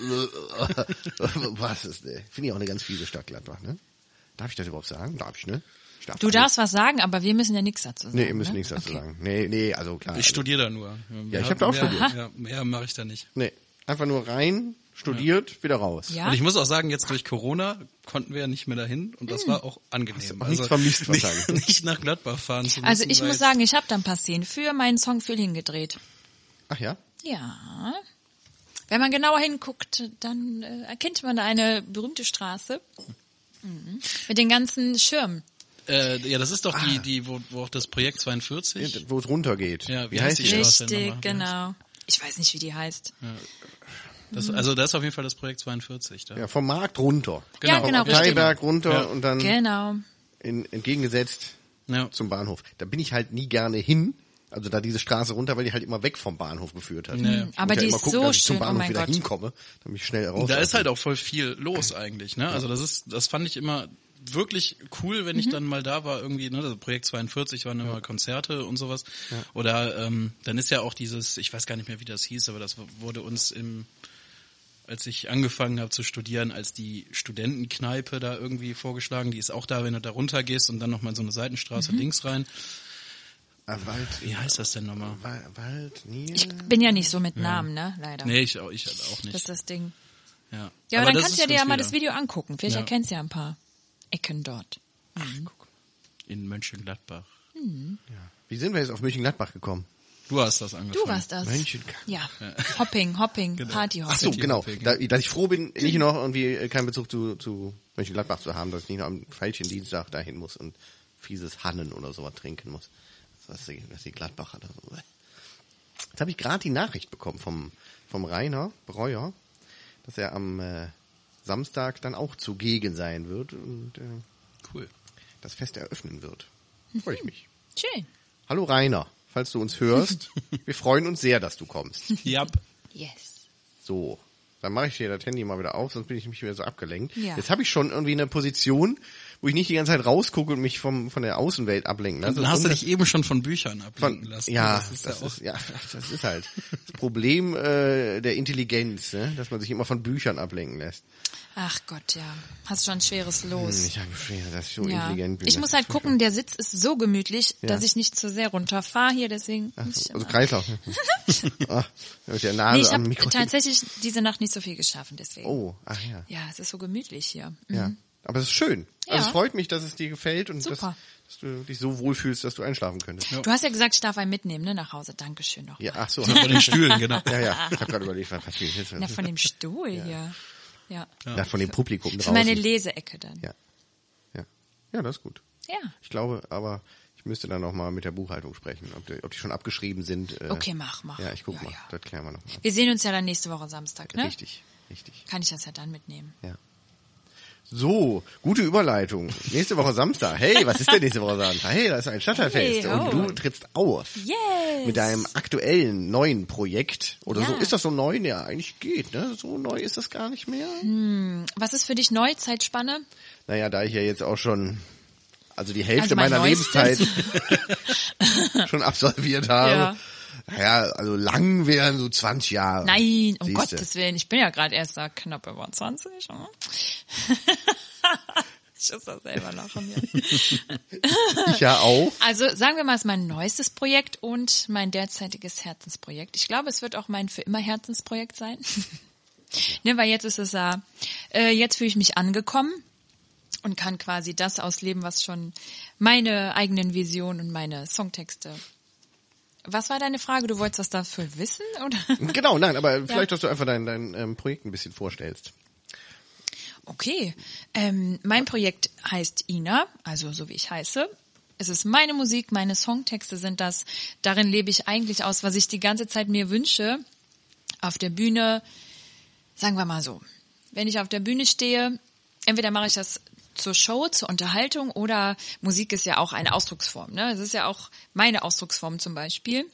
Was ist, ne? Finde ich auch eine ganz fiese Stadt, Gladbach, ne? Darf ich das überhaupt sagen? Darf ich, ne? Ich darf Du alles. darfst was sagen, aber wir müssen ja nichts dazu sagen. Nee, ihr müsst ne? nichts dazu Okay. sagen. Nee, nee, also klar. Ich also, studiere da nur. Ja, ich hab da auch mehr, studiert. Ja, mehr mache ich da nicht. Nee, einfach nur rein, studiert, wieder raus. Ja? Und ich muss auch sagen, jetzt durch Corona konnten wir ja nicht mehr dahin und das war auch angenehm. auch nichts vermisst wahrscheinlich. nicht, nicht nach Gladbach fahren zu müssen. Also ich weil muss sagen, ich habe da ein paar Szenen für meinen Song viel hingedreht. Ach ja? Ja. Wenn man genauer hinguckt, dann äh, erkennt man da eine berühmte Straße mhm. mit den ganzen Schirmen. Äh, ja, das ist doch die, die wo, wo auch das Projekt zweiundvierzig. Wo es runtergeht. Ja, wie wie heißt heißt die die? Straße? Richtig, nochmal? genau. Ich weiß nicht, wie die heißt. Das, also das ist auf jeden Fall das Projekt zweiundvierzig. Da. Ja, vom Markt runter. Ja, Vom genau, richtig. Abteiberg runter Ja. und dann Genau. in, entgegengesetzt Ja. zum Bahnhof. Da bin ich halt nie gerne hin. Also da diese Straße runter, weil die halt immer weg vom Bahnhof geführt hat. Ja, ja. Ich Aber muss ja die immer ist gucken, so dass ich zum schön, oh Bahnhof mein wieder Gott. hinkomme, damit ich schnell raus. Da ist halt auch voll viel los eigentlich, ne? Also das ist, das fand ich immer wirklich cool, wenn ich dann mal da war, irgendwie, ne, das Projekt zweiundvierzig waren immer Konzerte und sowas. Ja. Oder ähm, dann ist ja auch dieses, ich weiß gar nicht mehr, wie das hieß, aber das wurde uns im, als ich angefangen habe zu studieren, als die Studentenkneipe da irgendwie vorgeschlagen, die ist auch da, wenn du da runtergehst und dann nochmal in so eine Seitenstraße mhm. links rein. Ah, Wald, wie heißt das denn nochmal? Wald, Wald Nil? Ich bin ja nicht so mit Namen, ja. ne, leider. Nee, ich auch, ich auch nicht. Das ist das Ding. Ja, ja aber, aber dann kannst du ja dir ja mal wieder. das Video angucken. Vielleicht ja. erkennst du ja ein paar Ecken dort. Ach, guck. In Mönchengladbach. Mhm. Ja. Wie sind wir jetzt auf Mönchengladbach gekommen? Du hast das angefangen. Du warst das. Mönchengladbach. Ja. ja. Hopping, Hopping, genau. Partyhopping. Ach so, genau. Da, dass ich froh bin, nicht noch irgendwie keinen Bezug zu, zu Mönchengladbach zu haben, dass ich nicht noch am falschen Dienstag dahin muss und fieses Hannen oder sowas trinken muss. Das ist die, das ist die Gladbacher da so. Jetzt habe ich gerade die Nachricht bekommen vom, vom Rainer Breuer, dass er am äh, Samstag dann auch zugegen sein wird und äh, cool. das Fest eröffnen wird. Freue ich mich. Schön. Hallo Rainer, falls du uns hörst, wir freuen uns sehr, dass du kommst. Ja. Yes. So, dann mache ich dir das Handy mal wieder auf, sonst bin ich nämlich wieder so abgelenkt. Ja. Jetzt habe ich schon irgendwie eine Position, wo ich nicht die ganze Zeit rausgucke und mich vom von der Außenwelt ablenken lasse. Dann hast du dich eben schon von Büchern ablenken von, lassen. Ja, das ist, das, ja, ist, ja, das ist halt das Problem äh, der Intelligenz, ne? Dass man sich immer von Büchern ablenken lässt. Ach Gott, ja. Hast schon ein schweres Los. Hm, ich habe schwer, dass ich so ja. intelligent bin. Ich muss halt gucken, der Sitz ist so gemütlich, ja. dass ich nicht zu sehr runterfahre hier, deswegen. Ach, muss ich also Kreislauf. Ach, mit der Nase nee, ich am habe Mikro. tatsächlich diese Nacht nicht so viel geschaffen, deswegen. Oh, ach ja. Ja, es ist so gemütlich hier. Mhm. Ja, aber es ist schön. Also Ja. es freut mich, dass es dir gefällt und dass, Super. dass du dich so wohlfühlst, dass du einschlafen könntest. Ja, Du hast ja gesagt, ich darf einen mitnehmen, ne, nach Hause. Dankeschön noch. ja ach so. von den Stühlen, genau. Ja, ja. Ich habe gerade überlegt, was was ist Na, von dem Stuhl hier. Ja. ja, von dem Publikum Für draußen. meine Leseecke dann. Ja. Ja. Ja, das ist gut. Ja. Ich glaube, aber ich müsste dann noch mal mit der Buchhaltung sprechen, ob die, ob die schon abgeschrieben sind. Äh, Okay, mach, mach. Ja, ich guck Ja, mal. ja. Das klären wir noch mal. Wir sehen uns ja dann nächste Woche Samstag, ne? Richtig, richtig. Kann ich das ja dann mitnehmen. Ja. So, gute Überleitung. Nächste Woche Samstag. Hey, was ist denn nächste Woche Samstag? Hey, da ist ein Stadtteilfest Hey, und oh. du trittst auf. Yes! Mit deinem aktuellen neuen Projekt. Oder Ja. so, ist das so neu? Ja, eigentlich geht, ne? So neu ist das gar nicht mehr. Was ist für dich neu, Zeitspanne? Naja, da ich ja jetzt auch schon, also die Hälfte Also mein meiner Neuestes. Lebenszeit schon absolviert habe. Ja. Naja, also lang wären so zwanzig Jahre. Nein, um Siehste. Gottes Willen. Ich bin ja gerade erst da knapp über zwanzig. Hm? Ich muss da selber lachen. Ja. Ich ja auch. Also sagen wir mal, es ist mein neuestes Projekt und mein derzeitiges Herzensprojekt. Ich glaube, es wird auch mein für immer Herzensprojekt sein. Ne, weil jetzt ist es ja, äh, jetzt fühle ich mich angekommen und kann quasi das ausleben, was schon meine eigenen Visionen und meine Songtexte. Was war deine Frage? Du wolltest was dafür wissen, oder? Genau, nein, aber vielleicht, dass du einfach dein, dein ähm, Projekt ein bisschen vorstellst. Okay, ähm, mein Projekt heißt Ina, also so wie ich heiße. Es ist meine Musik, meine Songtexte sind das. Darin lebe ich eigentlich aus, was ich die ganze Zeit mir wünsche. Auf der Bühne, sagen wir mal so, wenn ich auf der Bühne stehe, entweder mache ich das zur Show, zur Unterhaltung oder Musik ist ja auch eine Ausdrucksform. Ne? Es ist ja auch meine Ausdrucksform zum Beispiel.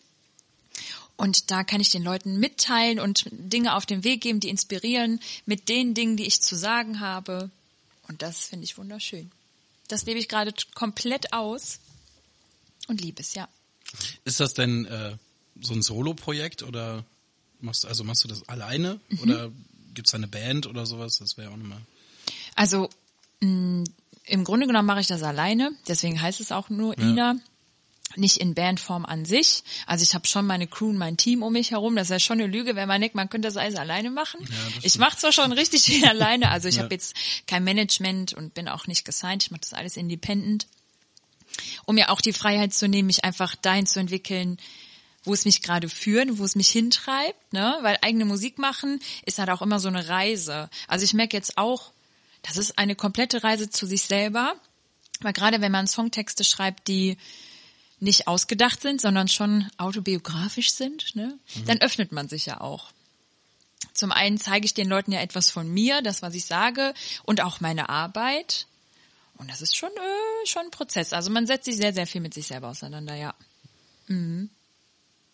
Und da kann ich den Leuten mitteilen und Dinge auf den Weg geben, die inspirieren mit den Dingen, die ich zu sagen habe. Und das finde ich wunderschön. Das lebe ich gerade t- komplett aus und liebe es, ja. Ist das denn äh, so ein Solo-Projekt oder machst, also machst du das alleine mhm. oder gibt's da eine Band oder sowas? Das wäre auch nochmal. Also mh, im Grunde genommen mache ich das alleine, deswegen heißt es auch nur ja. Ina. Nicht in Bandform an sich. Also ich habe schon meine Crew und mein Team um mich herum. Das wäre schon eine Lüge, wenn man denkt, man könnte das alles alleine machen. Ja, ich mache zwar schon richtig viel alleine. Also ich ja. habe jetzt kein Management und bin auch nicht gesigned. Ich mache das alles independent. Um mir auch die Freiheit zu nehmen, mich einfach dahin zu entwickeln, wo es mich gerade führt, wo es mich hintreibt. Ne? Weil eigene Musik machen ist halt auch immer so eine Reise. Also ich merke jetzt auch, das ist eine komplette Reise zu sich selber. Weil gerade wenn man Songtexte schreibt, die nicht ausgedacht sind, sondern schon autobiografisch sind, ne? Mhm. Dann öffnet man sich ja auch. Zum einen zeige ich den Leuten ja etwas von mir, das, was ich sage, und auch meine Arbeit. Und das ist schon, äh, schon ein Prozess. Also man setzt sich sehr, sehr viel mit sich selber auseinander, ja. Mhm.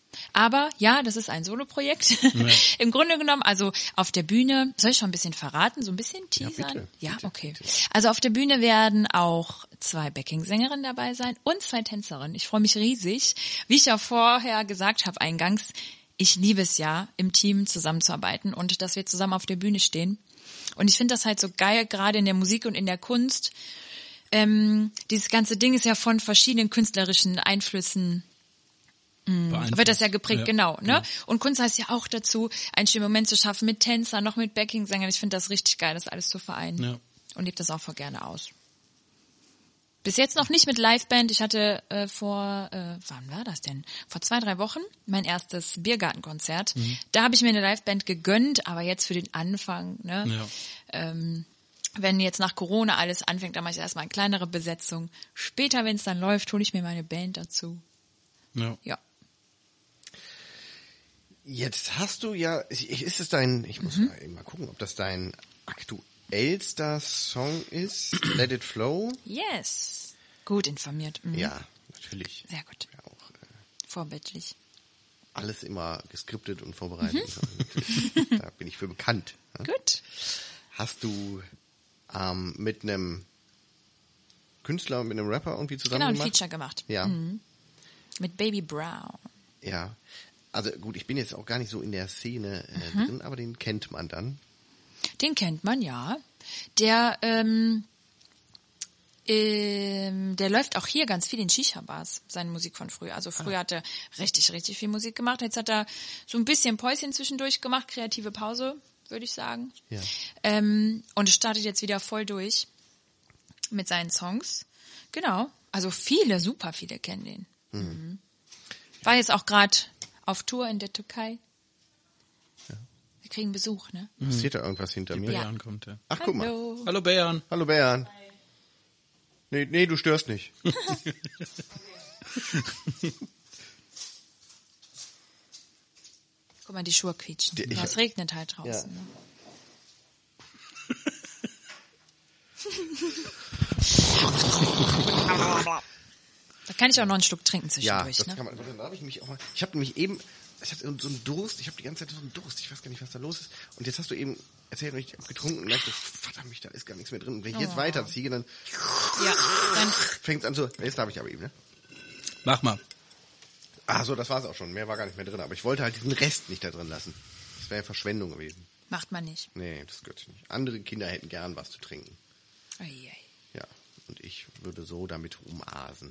Aber ja, das ist ein Soloprojekt. Ja. Im Grunde genommen, also auf der Bühne, soll ich schon ein bisschen verraten, so ein bisschen teasern? Ja, bitte, ja bitte, okay. bitte. Also auf der Bühne werden auch zwei Backing-Sängerinnen dabei sein und zwei Tänzerinnen. Ich freue mich riesig. Wie ich ja vorher gesagt habe eingangs, ich liebe es ja, im Team zusammenzuarbeiten und dass wir zusammen auf der Bühne stehen. Und ich finde das halt so geil, gerade in der Musik und in der Kunst. Ähm, dieses ganze Ding ist ja von verschiedenen künstlerischen Einflüssen wird das ja geprägt, ja, genau. Ne? Ja. Und Kunst heißt ja auch dazu, einen schönen Moment zu schaffen mit Tänzern, noch mit Backing-Sängern. Ich finde das richtig geil, das alles zu vereinen. Ja. Und lebe das auch voll gerne aus. Bis jetzt noch nicht mit Liveband. Ich hatte äh, vor, äh, wann war das denn? Vor zwei, drei Wochen mein erstes Biergartenkonzert. Mhm. Da habe ich mir eine Liveband gegönnt, aber jetzt für den Anfang, ne? Ja. Ähm, wenn jetzt nach Corona alles anfängt, dann mache ich erstmal eine kleinere Besetzung. Später, wenn es dann läuft, hole ich mir meine Band dazu. Ja. Ja. Jetzt hast du ja, ist es dein, ich muss mhm. mal eben mal gucken, ob das dein aktuellster Song ist, Let It Flow? Yes. Gut informiert. Mhm. Ja, natürlich. Sehr gut. Ja, auch, äh, vorbildlich. Alles immer geskriptet und vorbereitet. Mhm. Da bin ich für bekannt. Ja? Gut. Hast du ähm, mit einem Künstler, mit einem Rapper irgendwie zusammen genau, gemacht? Genau, ein Feature gemacht. Ja. Mhm. Mit Baby Brown. Ja. Also gut, ich bin jetzt auch gar nicht so in der Szene äh, mhm. drin, aber den kennt man dann. Den kennt man, ja. Der, ähm, ähm, der läuft auch hier ganz viel in Shisha-Bars, seine Musik von früher. Also früher ah. hat er richtig, richtig viel Musik gemacht. Jetzt hat er so ein bisschen Päuschen zwischendurch gemacht, kreative Pause, würde ich sagen. Ja. Ähm, und startet jetzt wieder voll durch mit seinen Songs. Genau. Also viele, super viele kennen den. Mhm. Mhm. War jetzt auch gerade auf Tour in der Türkei. Ja. Wir kriegen Besuch, ne? Mhm. Passiert da irgendwas hinter Die mir? Bären ja. kommt, ja. Ach, guck mal. Hallo. Hallo Bären. Hallo Bären. Hi. Nee, nee, du störst nicht. Guck mal, die Schuhe quietschen. Die, ich, es regnet halt draußen. Ja. Ne? Da kann ich auch noch einen Schluck trinken zwischendurch. Ja, das ne? kann man. Da habe ich mich auch mal. Ich habe nämlich eben, ich hatte so einen Durst. Ich habe die ganze Zeit so einen Durst. Ich weiß gar nicht, was da los ist. Und jetzt hast du eben erzählt, ich habe getrunken und merkte, verdammt, da ist gar nichts mehr drin. Und wenn ich jetzt oh. weiterziehe, dann, ja, dann fängt es an zu. Jetzt darf ich aber eben, ne? Mach mal. Ach so, das war's auch schon. Mehr war gar nicht mehr drin. Aber ich wollte halt diesen Rest nicht da drin lassen. Das wäre ja Verschwendung gewesen. Macht man nicht. Nee, das gehört sich nicht. Andere Kinder hätten gern was zu trinken. Ei, ei. Ja, und ich würde so damit rumasen.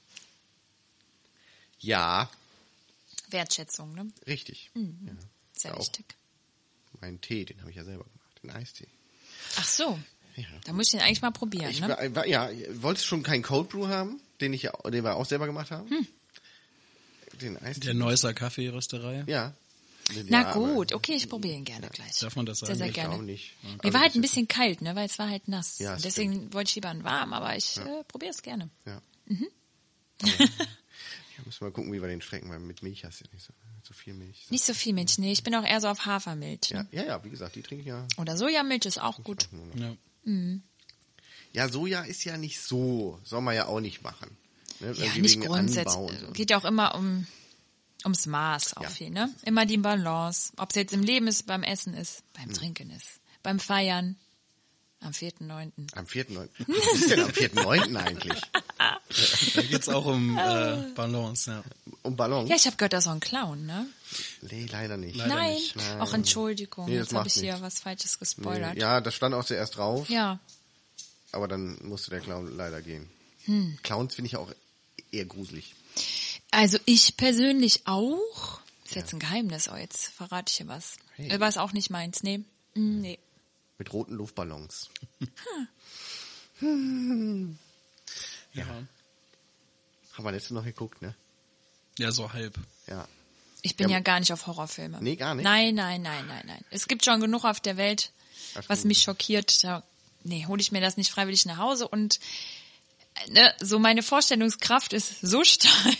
Ja. Wertschätzung, ne? Richtig. Mhm. Ja. Sehr ja, wichtig. Meinen Tee, den habe ich ja selber gemacht, den Eistee. Ach so. Ja. Da muss ich den eigentlich mal probieren, ich ne? War, war, ja, wolltest du schon keinen Cold Brew haben, den ich ja, den wir auch selber gemacht haben? Hm. Den Eistee. Der Neusser Kaffeerösterei. Ja. Na ja, gut, okay, ich probiere ihn gerne ja. gleich. Darf man das sagen? Sehr, sehr ich gerne. Auch nicht. Mir also war halt ein bisschen kalt, ne, weil es war halt nass. Ja, deswegen stimmt. wollte ich lieber einen warm, aber ich ja. äh, probiere es gerne. Ja. Mhm. Ja, müssen wir mal gucken, wie wir den strecken, weil mit Milch hast du ja nicht so, so viel Milch. Nicht so viel Milch, nee, ich bin auch eher so auf Hafermilch. Ne? Ja, ja, ja, wie gesagt, die trinke ich ja. Oder Sojamilch ist auch gut. Auch ja. Mhm. Ja, Soja ist ja nicht so, soll man ja auch nicht machen. Ne? Ja, nicht grundsätzlich. So. Geht ja auch immer um ums Maß auch ja. viel, ne? Immer die Balance. Ob es jetzt im Leben ist, beim Essen ist, beim hm. Trinken ist, beim Feiern. Am vierten neunten Am vierten neunten Was ist denn am vierten neunten eigentlich? Da geht's auch um äh, Balance, ja. Um Balance? Ja, ich habe gehört, das ist auch ein Clown, ne? Nee, leider nicht. Leider Nein. nicht. Nein, auch Entschuldigung, nee, jetzt habe ich hier was Falsches gespoilert. Nee. Ja, das stand auch zuerst drauf. Ja. Aber dann musste der Clown leider gehen. Hm. Clowns finde ich auch eher gruselig. Also ich persönlich auch. Ist ja. jetzt ein Geheimnis, oh, jetzt verrate ich hier was. Hey. War es auch nicht meins, nee. Mm, nee. Mit roten Luftballons. Hm. hm. Ja. ja. Haben wir letztens noch geguckt, ne? Ja, so halb. Ja. Ich bin ja, ja gar nicht auf Horrorfilme. Nee, gar nicht? Nein, nein, nein, nein, nein. Es gibt schon genug auf der Welt, Ach, was mich schockiert. Da, nee, hole ich mir das nicht freiwillig nach Hause und ne, so meine Vorstellungskraft ist so stark.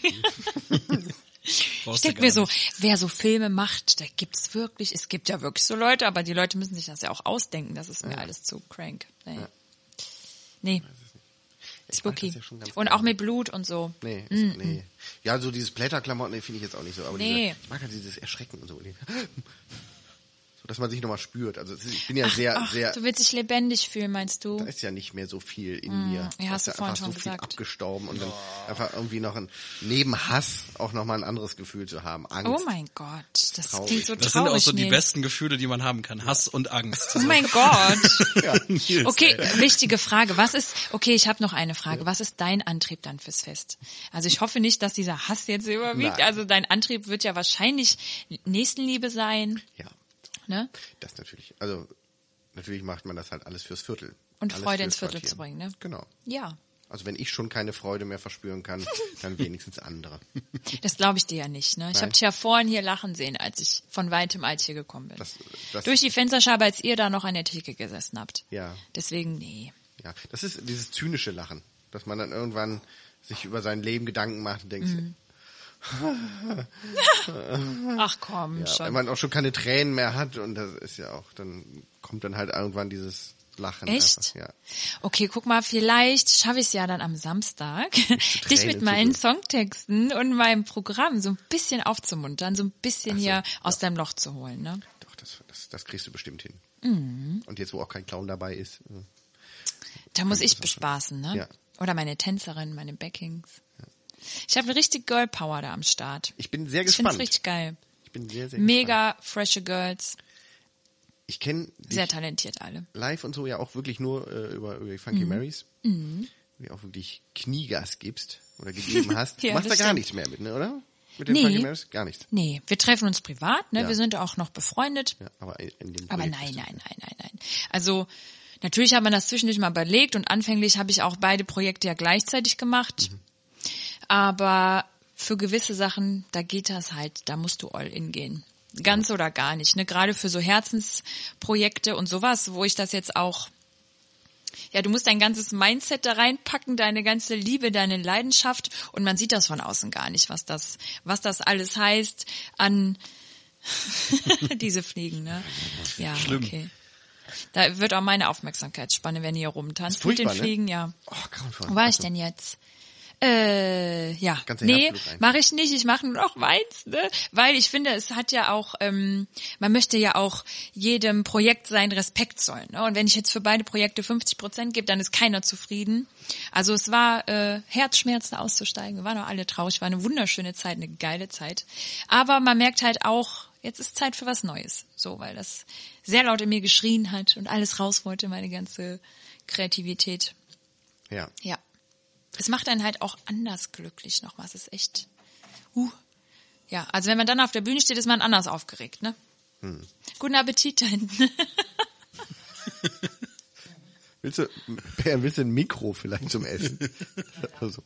Ich denke mir so, wer so Filme macht, da gibt's wirklich, es gibt ja wirklich so Leute, aber die Leute müssen sich das ja auch ausdenken, das ist mir ja. alles zu crank. Nee. Ja. nee. Spooky. das ja schon ganz Und gerne. auch mit Blut und so. Nee, ist, nee. Ja, so dieses Blätterklamotten, nee, finde ich jetzt auch nicht so. Aber Nee. diese, ich mag halt dieses Erschrecken und so. So, dass man sich nochmal spürt. Also es ist- ich bin ja sehr, Ach, sehr, du willst dich lebendig fühlen, meinst du? da ist ja nicht mehr so viel in mir. ja, Da hast ist du vorhin einfach schon so viel gesagt. abgestorben und dann einfach irgendwie noch ein, neben Hass auch nochmal ein anderes Gefühl zu haben. Angst. Oh mein Gott, das Traurig. klingt so Das sind traurig. auch so die Nils. besten Gefühle, die man haben kann. Hass und Angst. Oh mein Gott. Nils, Okay, ey. wichtige Frage. Was ist, okay, ich habe noch eine Frage. Was ist dein Antrieb dann fürs Fest? Also ich hoffe nicht, dass dieser Hass jetzt überwiegt. Nein. Also dein Antrieb wird ja wahrscheinlich Nächstenliebe sein, Ja, ne? das natürlich. Also natürlich macht man das halt alles fürs Viertel. Und alles Freude fürs ins Viertel Quartier. zu bringen, ne? Genau. Ja, Also wenn ich schon keine Freude mehr verspüren kann, dann wenigstens andere. das glaube ich dir ja nicht, ne? Ich Nein. habe dich ja vorhin hier lachen sehen, als ich von weitem als hier gekommen bin. Das, das, Durch die Fensterscheibe, als ihr da noch an der Theke gesessen habt. Ja. Deswegen, nee. Ja, das ist dieses zynische Lachen, dass man dann irgendwann sich über sein Leben Gedanken macht und denkt, Mhm. Ach komm, ja, schon. wenn man auch schon keine Tränen mehr hat und das ist ja auch, dann kommt dann halt irgendwann dieses Lachen. Echt? Einfach, ja. Okay, guck mal, vielleicht schaffe ich es ja dann am Samstag, dich mit Tränen meinen zu Songtexten und meinem Programm so ein bisschen aufzumuntern, so ein bisschen Ach so, hier aus deinem Loch zu holen, ne? Doch, das, das, das kriegst du bestimmt hin. Mhm. Und jetzt, wo auch kein Clown dabei ist. äh, Da muss ich bespaßen, ne? Ja. Oder meine Tänzerin, meine Backings. Ich habe eine richtig Girl Power da am Start. Ich bin sehr Ich finde es gespannt. richtig geil. Ich bin sehr, sehr gespannt. Mega freshe Girls, Ich kenne sehr talentiert alle. live und so ja auch wirklich nur äh, über, über die Funky Mhm. Marys. Mhm. Wo du auch wirklich Kniegas gibst oder gegeben hast. Ja, du machst da das gar stimmt. nichts mehr mit, ne, oder? Mit den Nee. Funky Marys? Gar nichts. Nee, wir treffen uns privat, ne? Ja. Wir sind auch noch befreundet. Ja, aber in in dem Aber Projekt nein, bist du- nein, nein, nein, nein. Also natürlich hat man das zwischendurch mal überlegt und anfänglich habe ich auch beide Projekte ja gleichzeitig gemacht. Mhm. Aber für gewisse Sachen, da geht das halt, da musst du all in gehen. Ganz oder gar nicht. Ne? Gerade für so Herzensprojekte und sowas, wo ich das jetzt auch, ja, du musst dein ganzes Mindset da reinpacken, deine ganze Liebe, deine Leidenschaft und man sieht das von außen gar nicht, was das, was das alles heißt an diese Fliegen, ne? Ja, Schlimm. okay. Da wird auch meine Aufmerksamkeitsspanne, wenn ihr rumtanzt Ist mit den furchtbar, ne? Fliegen, ja. Oh, grauenvoll. Wo war ich Also, denn jetzt? Äh, ja, Ganze nee, Herzblut rein. mache ich nicht. Ich mache nur noch meins, ne? Weil ich finde, es hat ja auch, ähm, man möchte ja auch jedem Projekt seinen Respekt zollen. Ne? Und wenn ich jetzt für beide Projekte fünfzig Prozent gebe, dann ist keiner zufrieden. Also es war äh, Herzschmerz, da auszusteigen. Wir waren auch alle traurig. War eine wunderschöne Zeit, eine geile Zeit. Aber man merkt halt auch, jetzt ist Zeit für was Neues. So, weil das sehr laut in mir geschrien hat und alles raus wollte, meine ganze Kreativität. Ja. Ja. Es macht einen halt auch anders glücklich noch was. Es ist echt. Uh. Ja, also wenn man dann auf der Bühne steht, ist man anders aufgeregt, ne? Hm. Guten Appetit da hinten. Willst du, Per, willst du ein Mikro vielleicht zum Essen? Also,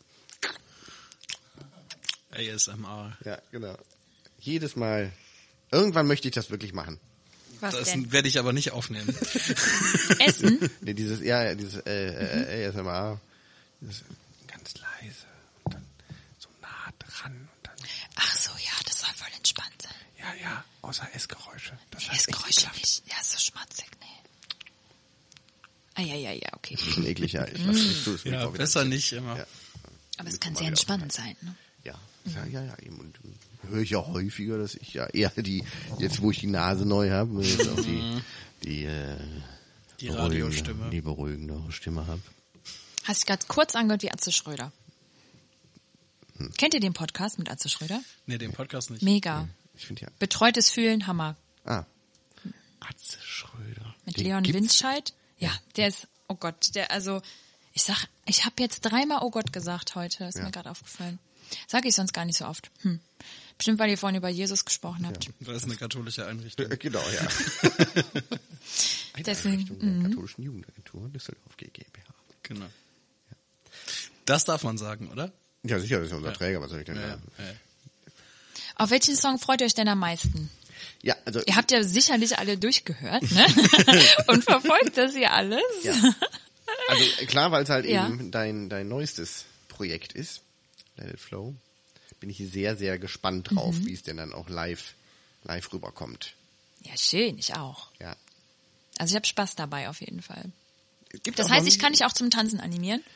A S M R. ja, genau. Jedes Mal. Irgendwann möchte ich das wirklich machen. Was Das denn? werde ich aber nicht aufnehmen. Essen? Nee, dieses, ja, ja, dieses äh, äh, A S M R. Dieses ganz leise und dann so nah dran und dann, Ach so, ja, das soll voll entspannt sein. ja, ja, außer Essgeräusche. Das Nee, heißt ist echt Geräusche ekelhaft. nicht. Ja, ist so schmatzig, nee. Ah, ja, ja, ja, okay. Bisschen eklig, ja. Ich lass nicht zu, das will ich Ja, auch wieder besser nicht. nicht immer. Ja. Aber es Müssen kann wir sehr wieder entspannend sein, ne? Ja, ja, ja, ja, eben. Und äh, höre ich ja häufiger, dass ich ja eher die, jetzt wo ich die Nase neu habe, jetzt auch die, die, äh, Die beruhigende- Radiostimme. Die beruhigendere Stimme habe. Hast dich gerade kurz angehört wie Atze Schröder. Hm. Kennt ihr den Podcast mit Atze Schröder? Nee, den Podcast nicht. Mega. Ich finde ja, Betreutes Fühlen, Hammer. ah, Atze Schröder. Mit Den Leon gibt's? Winscheid? Ja, der ist, oh Gott, der, also, ich sag, ich habe jetzt dreimal oh Gott gesagt heute, ist Ja. mir gerade aufgefallen. Sag ich sonst gar nicht so oft. Hm. Bestimmt, weil ihr vorhin über Jesus gesprochen habt. Das ist eine katholische Einrichtung. Äh, Genau, ja. Eine Deswegen, Einrichtung der katholischen Jugendagentur Düsseldorf G G B H. Genau. Das darf man sagen, oder? Ja, sicher, das ist ja unser Träger, was soll ich denn Ja, sagen? ja. Auf welchen Song freut ihr euch denn am meisten? Ja, also, Ihr habt ja sicherlich alle durchgehört, ne? Und verfolgt das hier alles. ja. Also klar, weil es halt Ja. eben dein, dein neuestes Projekt ist, Let It Flow, bin ich sehr, sehr gespannt drauf, Mhm. wie es denn dann auch live, live rüberkommt. Ja, schön, ich auch. Ja. Also ich habe Spaß dabei auf jeden Fall. Gibt Das auch heißt, noch ich nicht- kann dich auch zum Tanzen animieren?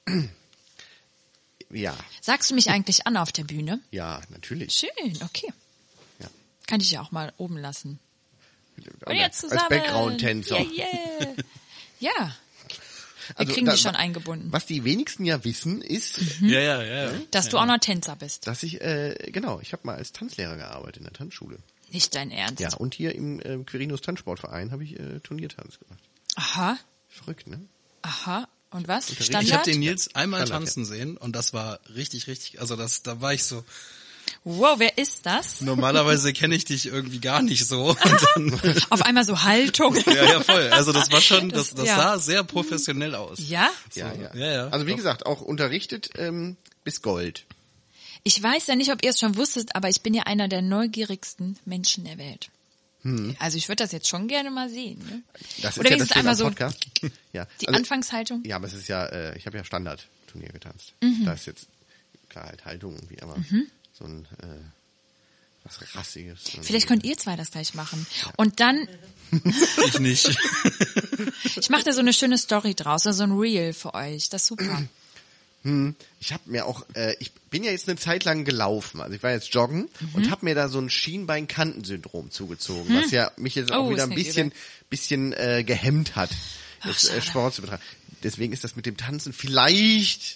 Ja, Sagst du mich eigentlich an auf der Bühne? ja, natürlich. Schön, okay. Ja. Kann ich ja auch mal oben lassen. Und Als jetzt zusammen. Background-Tänzer. Yeah, yeah. Ja, wir Also, kriegen da- dich schon eingebunden. Was die wenigsten ja wissen, ist, Ja, ja, ja. ja. Dass du auch noch Tänzer bist. dass ich, äh, genau, ich habe mal als Tanzlehrer gearbeitet in der Tanzschule. Nicht dein Ernst. Ja, und hier im äh, Quirinus Tanzsportverein habe ich äh, Turniertanz gemacht. Aha, Verrückt, ne? aha. Und was? Unterricht. Standard? Ich habe den Nils einmal Standard, tanzen sehen und das war richtig, richtig, also das, da war ich so, Wow, wer ist das? normalerweise kenne ich dich irgendwie gar nicht so. Und dann, Auf einmal so Haltung. ja, ja, voll. Also das war schon, das, Das- das ja. sah sehr professionell aus. Ja? Ja, ja. ja, ja. Also wie Doch. gesagt, auch unterrichtet ähm, bis Gold. Ich weiß ja nicht, ob ihr es schon wusstet, aber ich bin ja einer der neugierigsten Menschen der Welt. Hm. Also ich würde das jetzt schon gerne mal sehen. Ne? Das Oder ist ja wenigstens das Schöne einmal am so Podcast. Ja. die Also, Anfangshaltung. ja, aber es ist ja, äh, ich habe ja Standardturnier getanzt. Mhm. Da ist jetzt, klar, halt Haltung irgendwie, aber so ein, äh, was Rassiges. so ein- Vielleicht könnt ihr zwei das gleich machen. Und dann, Ich nicht. ich mache da so eine schöne Story draus, also so ein Reel für euch. Das ist super. Ich habe mir auch, äh, ich bin ja jetzt eine Zeit lang gelaufen, also ich war jetzt joggen Mhm. und habe mir da so ein Schienbein-Kantensyndrom zugezogen, was ja mich jetzt auch Oh, wieder ist ein nicht bisschen, übel. bisschen äh, gehemmt hat, das äh, schade. Sport zu betreiben. Deswegen ist das mit dem Tanzen vielleicht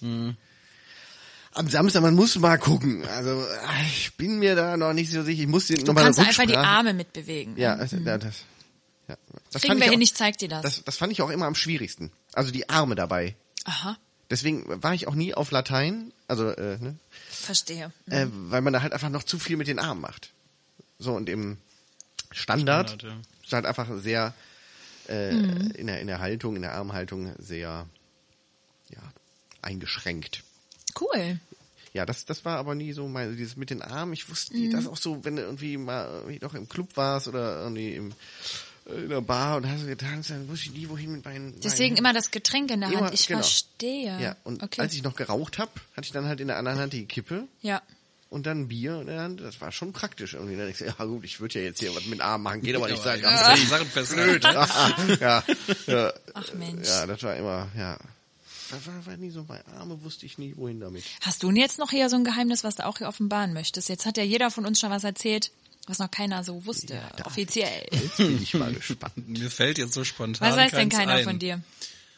am Samstag, man muss mal gucken. Also äh, ich bin mir da noch nicht so sicher. Ich muss Du nochmal kannst eine einfach die Rücksprache- Arme mitbewegen. Ja, also, ja, das, ja. Das Kriegen fand wir ich hin, auch, ich zeig dir das. das. Das fand ich auch immer am schwierigsten. Also die Arme dabei. Aha, Deswegen war ich auch nie auf Latein, also äh, ne, verstehe. äh, weil man da halt einfach noch zu viel mit den Armen macht. So, und im Standard, Standard, ja. ist halt einfach sehr äh, Mhm. in, der, in der Haltung, in der Armhaltung sehr ja, eingeschränkt. Cool. Ja, das, das war aber nie so mein, dieses mit den Armen. Ich wusste Mhm. nie, das auch so, wenn du irgendwie mal irgendwie doch im Club warst oder irgendwie im, äh, in der Bar und hast getanzt, dann wusste ich nie, wohin mit meinen Deswegen meinen, immer das Getränk in der Hand. Immer, Ich genau. verstehe. Ja, und okay. als ich noch geraucht habe, hatte ich dann halt in der anderen Hand die Kippe ja. und dann Bier in der Hand. Das war schon praktisch irgendwie. Dann ich so, ja gut, ich würde ja jetzt hier was mit den Armen machen, geht aber nicht, sagen. Ja, die Sachen festhalten. ja, ja, Ach Mensch. ja, das war immer, ja. Das war, war nie so, bei Arme wusste ich nie, wohin damit. Hast du denn jetzt noch hier so ein Geheimnis, was du auch hier offenbaren möchtest? Jetzt hat ja jeder von uns schon was erzählt, was noch keiner so wusste, da- offiziell. Jetzt bin ich mal gespannt, Mir fällt jetzt so spontan Was weiß denn keins keiner ein. von dir?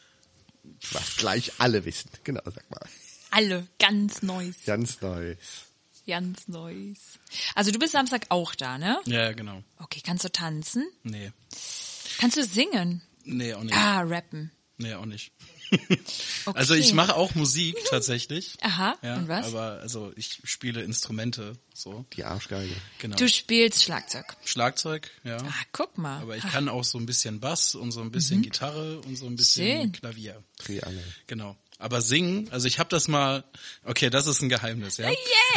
was gleich alle wissen. Genau, sag mal. Alle, ganz Neues, Ganz Neues. ganz Neues. Also du bist Samstag auch da, ne? Ja, ja, genau. Okay, kannst du tanzen? Nee. Kannst du singen? Nee, auch nicht. Ah, rappen. Nee, auch nicht. Okay. Also ich mache auch Musik tatsächlich. Aha, Ja, und was? aber also ich spiele Instrumente, so. Die Arschgeige. Genau. Du spielst Schlagzeug. Schlagzeug, ja. Ah, guck mal. Aber ich Ah, kann auch so ein bisschen Bass und so ein bisschen Gitarre und so ein bisschen Schön. Klavier. Triangel. Genau. Aber singen, also ich habe das mal, okay, das ist ein Geheimnis, ja. Yay!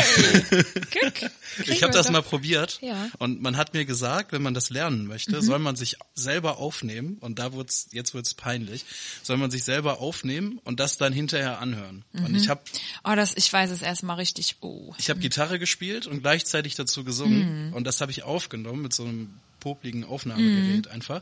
Guck. kriegen Ich habe wir das doch. mal probiert Ja. und man hat mir gesagt, wenn man das lernen möchte, soll man sich selber aufnehmen und da wird's, jetzt wird's peinlich, soll man sich selber aufnehmen und das dann hinterher anhören. Und ich habe Oh, das, ich weiß es erstmal richtig. Oh. ich habe Gitarre gespielt und gleichzeitig dazu gesungen und das habe ich aufgenommen mit so einem popligen Aufnahmegerät einfach.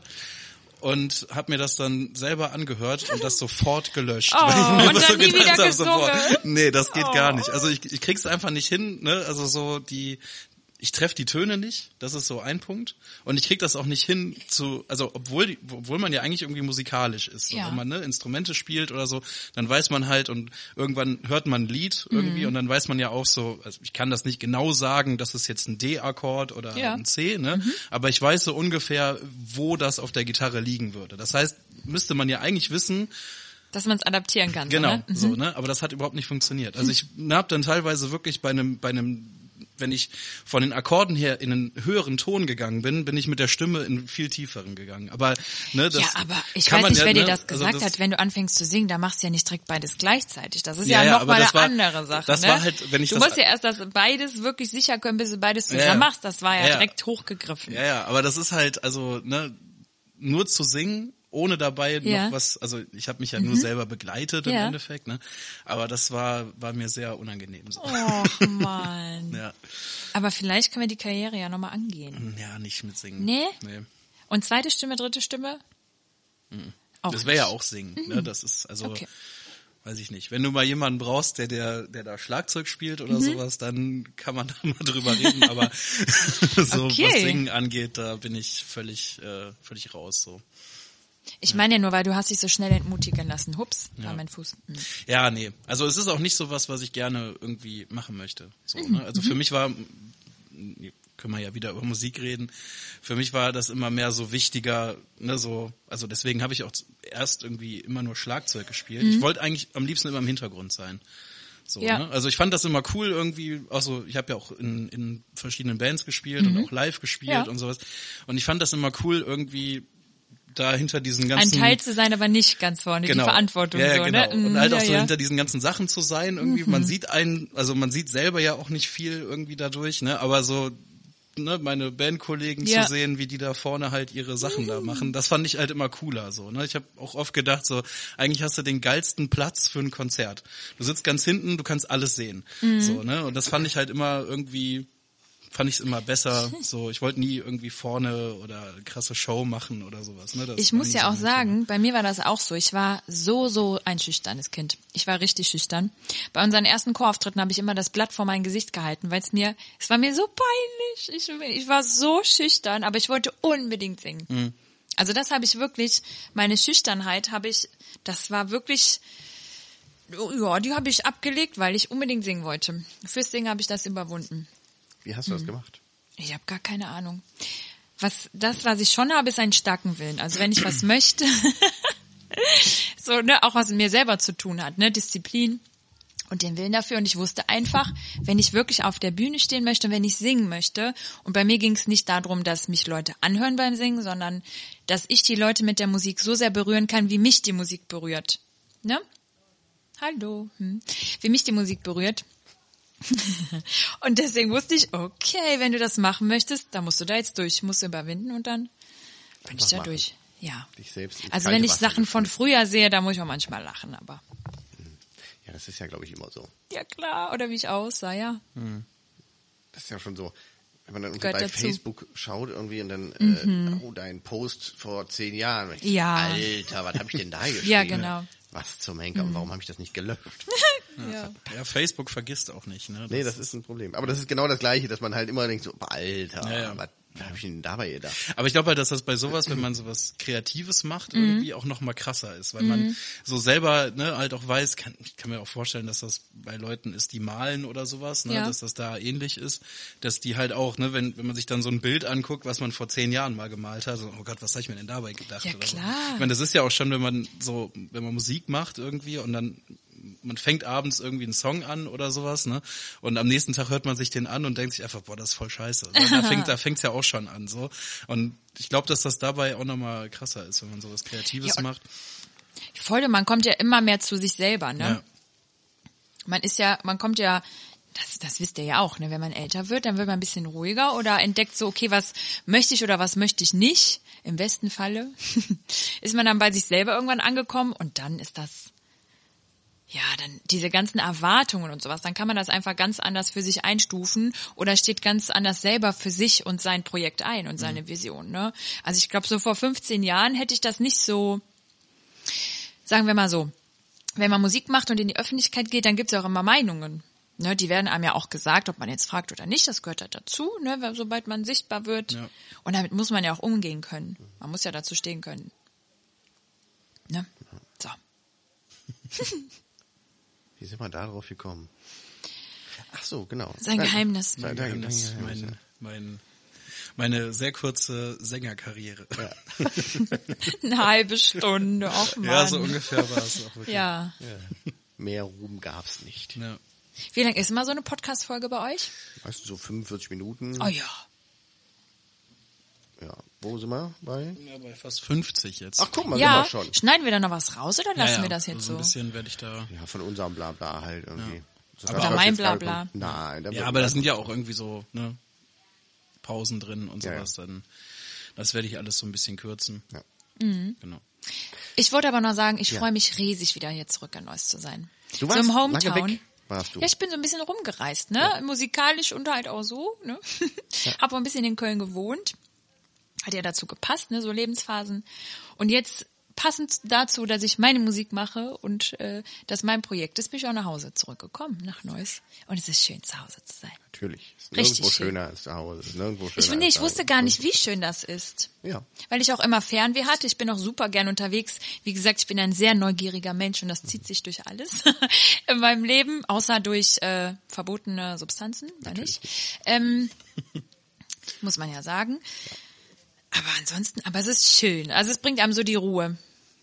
Und habe mir das dann selber angehört und das sofort gelöscht. Oh, weil ich mir und so dann nie gedacht wieder hab, sofort, gesungen? nee, das geht Oh. gar nicht. Also ich, ich krieg's einfach nicht hin, ne? Also so die, ich treffe die Töne nicht, das ist so ein Punkt. Und ich krieg das auch nicht hin zu, also obwohl die, obwohl man ja eigentlich irgendwie musikalisch ist. So. Ja. Wenn man ne, Instrumente spielt oder so, dann weiß man halt und irgendwann hört man ein Lied irgendwie Mhm. und dann weiß man ja auch so, also ich kann das nicht genau sagen, das ist jetzt ein D-Akkord oder Ja. ein C, ne? Aber ich weiß so ungefähr, wo das auf der Gitarre liegen würde. Das heißt, müsste man ja eigentlich wissen, Dass man es adaptieren kann. genau, So, ne? so, ne? Aber das hat überhaupt nicht funktioniert. Also ich habe dann teilweise wirklich bei einem, bei einem, wenn ich von den Akkorden her in einen höheren Ton gegangen bin, bin ich mit der Stimme in einen viel tieferen gegangen. Aber ne, das Ja, aber ich kann weiß man nicht, ja, wer dir ne, das also gesagt das, hat. Wenn du anfängst zu singen, da machst du ja nicht direkt beides gleichzeitig. Das ist Ja, ja, ja, noch aber mal das eine war- andere Sache. das ne? war halt, wenn ich du das- musst ja erst das beides wirklich sicher können, bis du beides Ja, zusammen ja. machst. Das war ja, Ja, ja. direkt hochgegriffen. Ja, ja, aber das ist halt, also ne, nur zu singen, ohne dabei Ja. noch was, also ich habe mich ja nur selber begleitet im Ja. Endeffekt, ne? Aber das war war mir sehr unangenehm. So. Och Mann. Ja. Aber vielleicht können wir die Karriere ja nochmal angehen. ja, nicht mit singen. Nee? Nee. Und zweite Stimme, dritte Stimme? Auch Das wäre ja nicht. auch singen, ne? Das ist also Okay. weiß ich nicht. Wenn du mal jemanden brauchst, der der, der da Schlagzeug spielt oder mhm. sowas, dann kann man da mal drüber reden. Aber so okay. was Singen angeht, da bin ich völlig, äh, völlig raus. So. Ich meine ja nur, weil du hast dich so schnell entmutigen lassen. Hups, ja. war mein Fuß. Mhm. Ja, nee. Also es ist auch nicht so was, was ich gerne irgendwie machen möchte. So, ne? Also für mich war, können wir ja wieder über Musik reden, für mich war das immer mehr so wichtiger, ne, so, also deswegen habe ich auch erst irgendwie immer nur Schlagzeug gespielt. Mhm. Ich wollte eigentlich am liebsten immer im Hintergrund sein. So, ja. ne? Also ich fand das immer cool irgendwie, also ich habe ja auch in, in verschiedenen Bands gespielt mhm. und auch live gespielt ja. und sowas. Und ich fand das immer cool irgendwie da hinter diesen ganzen... Ein Teil zu sein, aber nicht ganz vorne, genau. die Verantwortung ja, ja, so, genau. ne? Und halt ja, auch so ja. hinter diesen ganzen Sachen zu sein irgendwie. Mhm. Man sieht einen, also man sieht selber ja auch nicht viel irgendwie dadurch, ne? Aber so, ne, meine Bandkollegen ja. zu sehen, wie die da vorne halt ihre Sachen mhm. da machen, das fand ich halt immer cooler so, ne? Ich habe auch oft gedacht so, eigentlich hast du den geilsten Platz für ein Konzert. Du sitzt ganz hinten, du kannst alles sehen. Mhm. So, ne? Und das fand ich halt immer irgendwie fand ich es immer besser, so, ich wollte nie irgendwie vorne oder eine krasse Show machen oder sowas. Ne? Das ich muss ja so auch sagen, Thema. Bei mir war das auch so, ich war so, so ein schüchternes Kind. Ich war richtig schüchtern. Bei unseren ersten Chorauftritten habe ich immer das Blatt vor mein Gesicht gehalten, weil es mir, es war mir so peinlich. Ich, ich war so schüchtern, aber ich wollte unbedingt singen. Mhm. Also das habe ich wirklich, meine Schüchternheit habe ich, das war wirklich, ja, die habe ich abgelegt, weil ich unbedingt singen wollte. Fürs Singen habe ich das überwunden. Wie hast du das gemacht? Ich habe gar keine Ahnung. Was das, was ich schon habe, ist einen starken Willen. Also wenn ich was möchte, so ne, auch was mit mir selber zu tun hat, ne, Disziplin und den Willen dafür. Und ich wusste einfach, wenn ich wirklich auf der Bühne stehen möchte, wenn ich singen möchte, und bei mir ging es nicht darum, dass mich Leute anhören beim Singen, sondern dass ich die Leute mit der Musik so sehr berühren kann, wie mich die Musik berührt. Ne? Hallo, hm. wie mich die Musik berührt. Und deswegen wusste ich, okay, wenn du das machen möchtest, dann musst du da jetzt durch, musst du überwinden und dann bin ich da machen. durch. Ja. Dich selbst also wenn ich Sachen von früher sehe, da muss ich auch manchmal lachen, aber. Ja, das ist ja, glaube ich, immer so. Ja klar, oder wie ich aussah, ja. Das ist ja schon so, wenn man dann irgendwie Gehört bei dazu. Facebook schaut irgendwie und dann, mhm. äh, oh, dein Post vor zehn Jahren. Ja. Alter, was habe ich denn da geschrieben? Ja, genau. Was zum Henker, mhm. warum habe ich das nicht gelöscht? Ja. ja, Facebook vergisst auch nicht, ne? Das nee, das ist ein Problem. Aber das ist genau das Gleiche, dass man halt immer denkt so, Alter, ja, ja. was, was habe ich denn dabei gedacht? Aber ich glaube halt, dass das bei sowas, wenn man sowas Kreatives macht, mhm. irgendwie auch noch mal krasser ist, weil mhm. man so selber ne halt auch weiß, kann, ich kann mir auch vorstellen, dass das bei Leuten ist, die malen oder sowas, ne, ja. dass das da ähnlich ist, dass die halt auch, ne, wenn wenn man sich dann so ein Bild anguckt, was man vor zehn Jahren mal gemalt hat, so, oh Gott, was habe ich mir denn dabei gedacht? Ja, oder klar. So. Ich meine, das ist ja auch schon, wenn man so, wenn man Musik macht irgendwie und dann man fängt abends irgendwie einen Song an oder sowas, ne? Und am nächsten Tag hört man sich den an und denkt sich einfach, boah, das ist voll scheiße. So, da fängt da fängt's ja auch schon an, so. Und ich glaube, dass das dabei auch nochmal krasser ist, wenn man sowas Kreatives ja, macht. Voll, man kommt ja immer mehr zu sich selber, ne? Ja. Man ist ja, man kommt ja, das, das wisst ihr ja auch, ne? Wenn man älter wird, dann wird man ein bisschen ruhiger oder entdeckt so, okay, was möchte ich oder was möchte ich nicht? Im besten Falle ist man dann bei sich selber irgendwann angekommen und dann ist das ja, dann diese ganzen Erwartungen und sowas, dann kann man das einfach ganz anders für sich einstufen oder steht ganz anders selber für sich und sein Projekt ein und seine mhm. Vision, ne? Also ich glaube, so vor fünfzehn Jahren hätte ich das nicht so, sagen wir mal so, wenn man Musik macht und in die Öffentlichkeit geht, dann gibt's ja auch immer Meinungen, ne? Die werden einem ja auch gesagt, ob man jetzt fragt oder nicht, das gehört halt dazu, ne? Sobald man sichtbar wird. Ja. Und damit muss man ja auch umgehen können. Man muss ja dazu stehen können. Ne? So. Wie sind wir da drauf gekommen? Ach so, genau. Sein Geheimnis. Mein Geheimnis. Mein, mein, meine sehr kurze Sängerkarriere. Ja. Eine halbe Stunde, auch Mann. Ja, so ungefähr war es auch wirklich. Ja. ja. Mehr Ruhm gab's nicht. Ja. Wie lang ist mal so eine Podcast-Folge bei euch? Weißt du, so fünfundvierzig Minuten. Oh ja. Ja, wo sind wir bei? Ja, bei fast fünfzig jetzt. Ach, guck mal, ja, sind wir schon. Schneiden wir da noch was raus oder lassen ja, ja. wir das jetzt also so? Ein bisschen werde ich da... Ja, von unserem Blabla halt irgendwie. Ja. So aber oder mein Blabla. Nein. Ja, aber da sind ja auch irgendwie so ne, Pausen drin und sowas. Ja, ja. Dann, das werde ich alles so ein bisschen kürzen. Ja. Mhm. Genau. Ich wollte aber noch sagen, ich ja. freue mich riesig, wieder hier zurück in Neuss zu sein. Du warst so im Hometown. lange weg. Warst du? Ja, ich bin so ein bisschen rumgereist, ne? Ja. Musikalisch und halt auch so, ne? Ja. Hab auch ein bisschen in Köln gewohnt. Hat ja dazu gepasst, ne? So Lebensphasen. Und jetzt passend dazu, dass ich meine Musik mache und äh, das mein Projekt ist, bin ich auch nach Hause zurückgekommen, nach Neuss. Und es ist schön, zu Hause zu sein. Natürlich. Ist Richtig nirgendwo schön. schöner als zu Hause. Ist nirgendwo schöner Ich finde, als ich zu wusste Hause. gar nicht, wie schön das ist. Ja. Weil ich auch immer Fernweh hatte. Ich bin auch super gern unterwegs. Wie gesagt, ich bin ein sehr neugieriger Mensch und das zieht sich durch alles in meinem Leben, außer durch äh, verbotene Substanzen, da nicht. Ähm, muss man ja sagen. Aber ansonsten, aber es ist schön. Also es bringt einem so die Ruhe.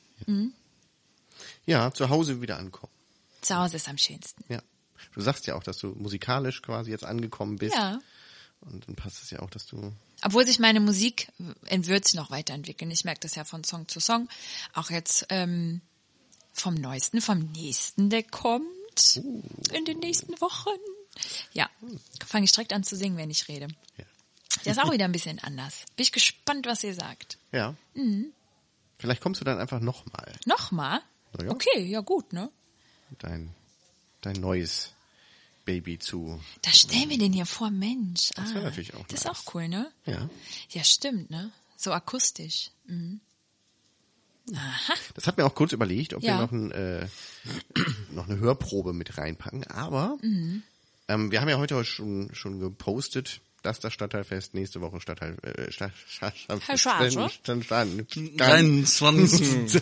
Ja, zu Hause wieder ankommen. Zu Hause ist am schönsten. Ja. Du sagst ja auch, dass du musikalisch quasi jetzt angekommen bist. Ja. Und dann passt es ja auch, dass du... Obwohl sich meine Musik äh, wird sich noch weiterentwickeln. Ich merke das ja von Song zu Song. Auch jetzt ähm, vom Neuesten, vom Nächsten, der kommt Uh. in den nächsten Wochen. Ja, fange ich direkt an zu singen, wenn ich rede. Ja. Das ist auch wieder ein bisschen anders. Bin ich gespannt, was ihr sagt. Ja. Mhm. Vielleicht kommst du dann einfach nochmal. Nochmal? Na ja. Okay, ja gut, ne? Dein, dein neues Baby zu... Da stellen wir den hier vor, Mensch. Das ah, wäre natürlich auch Das ist nice. auch cool, ne? Ja. Ja, stimmt, ne? So akustisch. Mhm. Aha. Das hat mir auch kurz überlegt, ob Ja. wir noch, ein, äh, noch eine Hörprobe mit reinpacken. Aber Mhm. ähm, wir haben ja heute schon, schon gepostet, dass das Stadtteilfest nächste Woche Stadtteil... Äh, Stadt, Stadt, Stadt, Herr Schwarz, oder? Stadt, Stadt, dreiundzwanzig.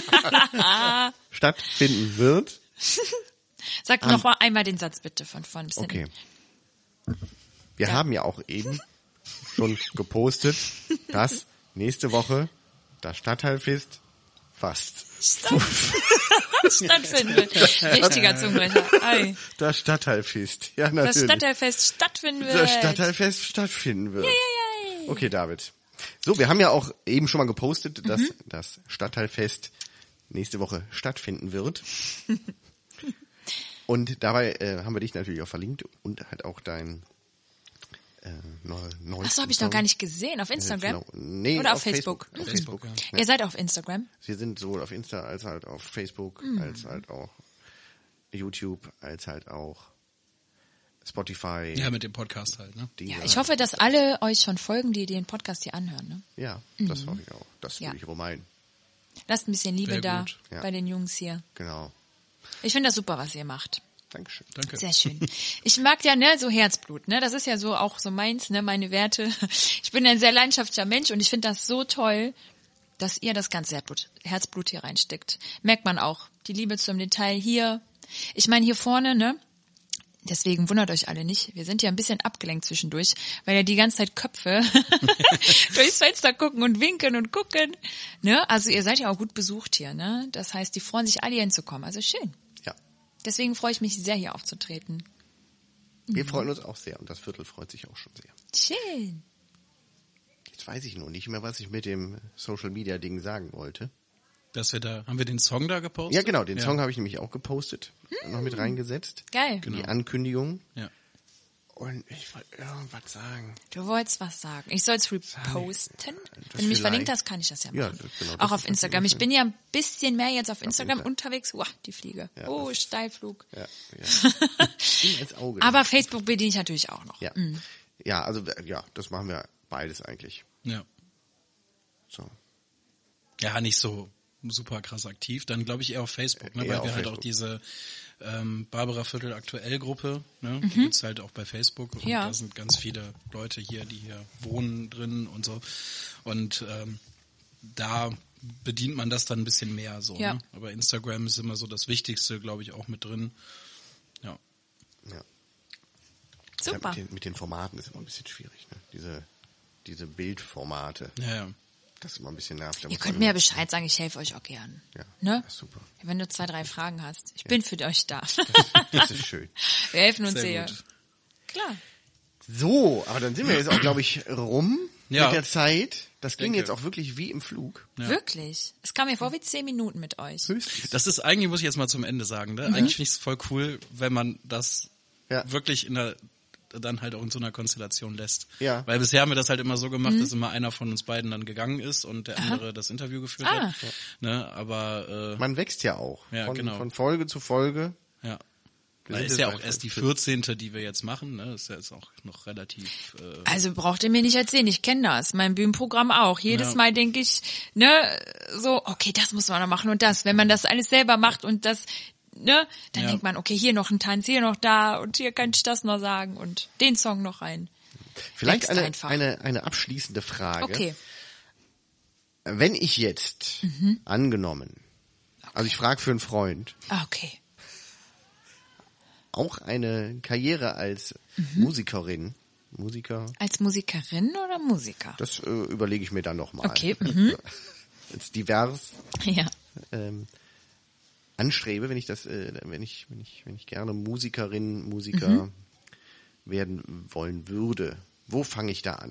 stattfinden wird. Sag noch mal einmal den Satz bitte von von bis Okay. Wir Ja. haben ja auch eben schon gepostet, dass nächste Woche das Stadtteilfest fast stattfinden wird. Richtiger Zungenbrecher. Ei. das Stadtteilfest. Ja, Das natürlich. Stadtteilfest stattfinden wird. das Stadtteilfest stattfinden wird. Yay. Okay, David. So, wir haben ja auch eben schon mal gepostet, dass Mhm. das Stadtteilfest nächste Woche stattfinden wird. Und dabei äh, haben wir dich natürlich auch verlinkt und halt auch dein äh, neu, neues. Ach so, habe ich noch gar nicht gesehen. Auf Instagram? Nee, Oder auf, auf Facebook? Facebook. Auf Facebook, Facebook. ja. Ihr seid auf Instagram? Sie sind sowohl auf Insta als halt auf Facebook, Mhm. als halt auch YouTube, als halt auch Spotify. Ja, mit dem Podcast halt, ne? Deezer. Ja, ich hoffe, dass alle euch schon folgen, die den Podcast hier anhören. Ne? Ja, das hoffe ich auch. Das Ja. würde ich wohl meinen. Lasst ein bisschen Liebe Sehr da gut. Ja. bei den Jungs hier. Genau. Ich finde das super, was ihr macht. Dankeschön. Danke. Sehr schön. Ich mag ja, ne, so Herzblut, ne? Das ist ja so auch so meins, ne, meine Werte. Ich bin ein sehr leidenschaftlicher Mensch und ich finde das so toll, dass ihr das ganze Herzblut, Herzblut hier reinsteckt. Merkt man auch. Die Liebe zum Detail hier. Ich meine, hier vorne, ne? Deswegen wundert euch alle nicht. Wir sind ja ein bisschen abgelenkt zwischendurch, weil ja die ganze Zeit Köpfe durchs Fenster gucken und winken und gucken. Ne? Also ihr seid ja auch gut besucht hier, ne? Das heißt, die freuen sich alle hier hinzukommen. Also schön. Ja. Deswegen freue ich mich sehr, hier aufzutreten. Wir freuen uns auch sehr und das Viertel freut sich auch schon sehr. Schön. Jetzt weiß ich nur nicht mehr, was ich mit dem Social Media Ding sagen wollte. Dass wir da, haben wir den Song da gepostet? Ja, genau, den ja. Song habe ich nämlich auch gepostet, noch mit reingesetzt. Geil. Die Ankündigung. Ja. Und ich wollte irgendwas sagen. Du wolltest was sagen. Ich soll es reposten. Wenn du mich vielleicht. verlinkt hast, kann ich das ja machen. Ja, das- genau, das auch ist auf Instagram. natürlich Ich bin ja ein bisschen mehr jetzt auf Instagram Insta. unterwegs. Uah, die Fliege. Ja, oh, das- Steilflug. Ja, ja. Ihm ins Auge. Aber Facebook bediene ich natürlich auch noch. ja. Ja, also ja, das machen wir beides eigentlich. Ja. So. Ja, nicht so super krass aktiv. Dann glaube ich eher auf Facebook, ne? Eher Weil auf wir halt Facebook. auch diese ähm, Barbara Viertel aktuell Gruppe, ne? Die gibt's halt auch bei Facebook. Und Ja. da sind ganz viele Leute hier, die hier wohnen drin und so. Und ähm, da bedient man das dann ein bisschen mehr so. Ja. Ne? Aber Instagram ist immer so das Wichtigste, glaube ich, auch mit drin. Ja. Ja. Super. Ja, mit, den, mit den Formaten ist immer ein bisschen schwierig, ne? Diese, diese Bildformate. Ja, ja. Das ist immer ein bisschen nervig. Da Ihr muss könnt man mir ja immer- Bescheid sagen, ich helfe euch auch gern. Ja, Ne? das ist super. Wenn du zwei, drei Fragen hast. Ich bin für euch da. Das ist schön. Wir helfen uns Sehr sehr. gut. Klar. So, aber dann sind wir jetzt auch, glaube ich, rum Ja. mit der Zeit. Das ging Denke. jetzt auch wirklich wie im Flug. Ja. Wirklich. Es kam mir vor wie zehn Minuten mit euch. Höchstens. Das ist eigentlich, muss ich jetzt mal zum Ende sagen, ne? Eigentlich finde ich es voll cool, wenn man das Ja. wirklich in der dann halt auch in so einer Konstellation lässt. Ja. Weil bisher haben wir das halt immer so gemacht, dass immer einer von uns beiden dann gegangen ist und der andere das Interview geführt Ah. hat. Ne? Aber äh, Man wächst ja auch. Ja, von, genau. von Folge zu Folge. ja. Weil ist ja auch erst die vierzehnte, die wir jetzt machen, ne? Das ist ja jetzt auch noch relativ... Äh Also braucht ihr mir nicht erzählen, ich kenne das, mein Bühnenprogramm auch. Jedes Ja. Mal denke ich, ne, so, okay, das muss man noch machen und das. Wenn man das alles selber macht und das, ne, dann Ja. denkt man, okay, hier noch ein Tanz, hier noch da und hier kann ich das noch sagen und den Song noch rein. Vielleicht Wächst eine, einfach. eine, eine abschließende Frage. Okay. Wenn ich jetzt, Mhm. angenommen, also ich frage für einen Freund, Ah, okay. auch eine Karriere als Mhm. Musikerin, Musiker, Als Musikerin oder Musiker? das äh, überlege ich mir dann nochmal. Okay, mhm. Jetzt divers Ja. ähm, anstrebe, wenn ich das, äh, wenn ich, wenn ich, wenn ich gerne Musikerin, Musiker Mhm. werden wollen würde, wo fange ich da an?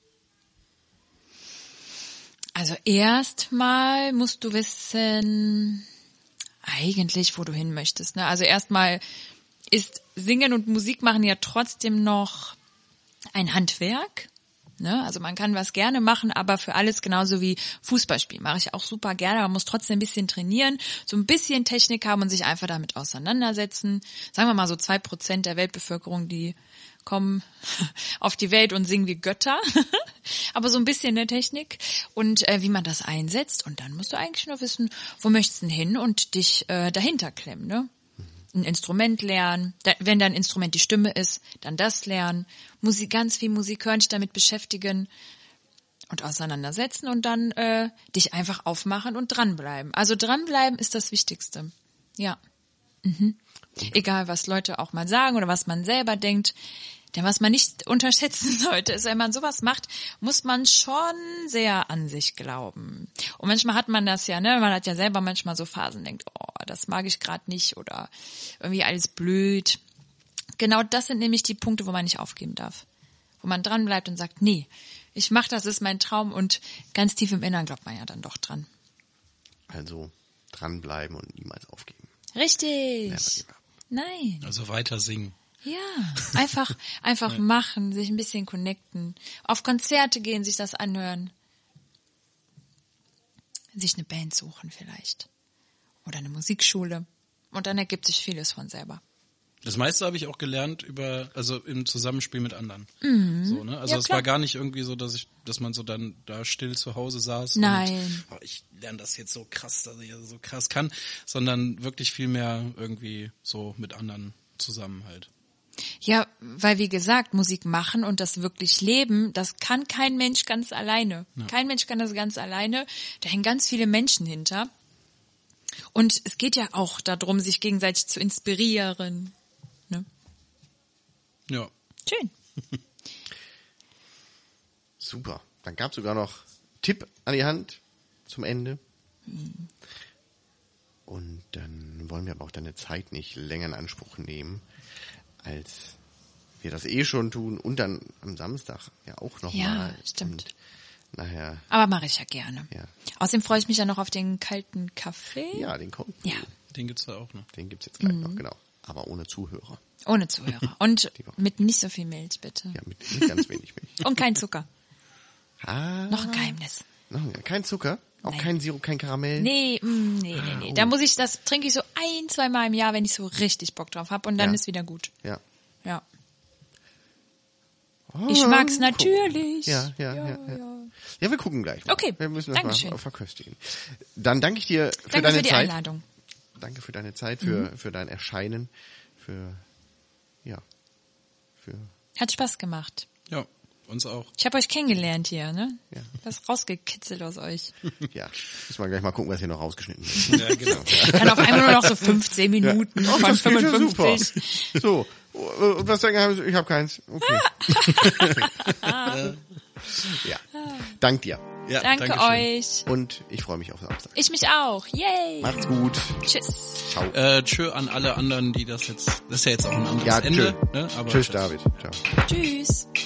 Also erstmal musst du wissen, eigentlich, wo du hin möchtest. Ne? Also erstmal ist Singen und Musik machen ja trotzdem noch ein Handwerk. Ne? Also man kann was gerne machen, aber für alles genauso wie Fußballspielen mache ich auch super gerne. Man muss trotzdem ein bisschen trainieren, so ein bisschen Technik haben und sich einfach damit auseinandersetzen. Sagen wir mal so zwei Prozent der Weltbevölkerung, die kommen auf die Welt und singen wie Götter. Aber so ein bisschen der Technik und äh, wie man das einsetzt. Und dann musst du eigentlich nur wissen, wo möchtest du denn hin und dich äh, dahinter klemmen. Ne? Ein Instrument lernen. Da, wenn dein Instrument die Stimme ist, dann das lernen. Musik, ganz viel Musik hören, dich damit beschäftigen und auseinandersetzen und dann äh, dich einfach aufmachen und dranbleiben. Also dranbleiben ist das Wichtigste. Ja. Mhm. Egal, was Leute auch mal sagen oder was man selber denkt. Denn was man nicht unterschätzen sollte, ist, wenn man sowas macht, muss man schon sehr an sich glauben. Und manchmal hat man das ja, ne? Man hat ja selber manchmal so Phasen, denkt, oh, das mag ich gerade nicht oder irgendwie alles blöd. Genau das sind nämlich die Punkte, wo man nicht aufgeben darf. Wo man dran bleibt und sagt, nee, ich mach das, ist mein Traum und ganz tief im Innern glaubt man ja dann doch dran. Also dranbleiben und niemals aufgeben. Richtig. Never give up. Nein. Also weiter singen. Ja, einfach, einfach machen, sich ein bisschen connecten, auf Konzerte gehen, sich das anhören, sich eine Band suchen vielleicht oder eine Musikschule und dann ergibt sich vieles von selber. Das meiste habe ich auch gelernt über, also im Zusammenspiel mit anderen. Mhm. So, ne? Also Ja, es klar. war gar nicht irgendwie so, dass ich, dass man so dann da still zu Hause saß Nein. und oh, ich lerne das jetzt so krass, dass ich das so krass kann, sondern wirklich viel mehr irgendwie so mit anderen zusammen halt. Ja, weil wie gesagt, Musik machen und das wirklich leben, das kann kein Mensch ganz alleine. Ja. Kein Mensch kann das ganz alleine. Da hängen ganz viele Menschen hinter. Und es geht ja auch darum, sich gegenseitig zu inspirieren. Ne? Ja. Schön. Super. Dann gab es sogar noch Tipp an die Hand zum Ende. Mhm. Und dann wollen wir aber auch deine Zeit nicht länger in Anspruch nehmen, als wir das eh schon tun. Und dann am Samstag ja auch nochmal. Ja, stimmt. Und nachher, Aber mache ich ja gerne. ja, Außerdem freue ich mich ja noch auf den kalten Kaffee. ja den kommt. Ja, Den gibt's da auch noch. Den gibt's jetzt gleich Mhm. noch, genau. Aber ohne Zuhörer. ohne Zuhörer. Und Die Woche. mit nicht so viel Milch, bitte. Ja, mit, mit ganz wenig Milch. Und kein Zucker. Ah, Noch ein Geheimnis. noch ein- kein Zucker? Auch Nein. kein Sirup, kein Karamell? Nee, mm, nee, nee, nee. Da muss ich, das trinke ich so ein, zwei Mal im Jahr, wenn ich so richtig Bock drauf habe und dann Ja. ist wieder gut. Ja. Ja. Ich mag's natürlich. Ja, ja, ja, ja. Ja, wir gucken gleich mal. Okay, Wir müssen das Dankeschön. mal verköstigen. Dann danke ich dir für Danke deine für die Zeit. Einladung. Danke für deine Zeit, für, für dein Erscheinen, für, ja, für, Hat Spaß gemacht. Ja, uns auch. Ich habe euch kennengelernt hier, ne? Ja. Was rausgekitzelt aus euch. ja, müssen wir gleich mal gucken, was hier noch rausgeschnitten wird. Ja, genau. Dann auf einmal nur noch so fünfzehn Minuten Ja. Oh, von das geht ja fünfundfünfzig. super. So, und was sagen haben Sie? Ich habe keins. Okay. ja, dank dir. Ja, Danke Dankeschön. euch. Und ich freue mich auf Samstag. Ich mich auch. Yay. Macht's gut. Tschüss. Ciao. Äh, tschö an alle anderen, die das jetzt, das ist ja jetzt auch ein anderes Ja, Ende. tschö. Ne? Aber Tschüss, David. Ciao. Tschüss.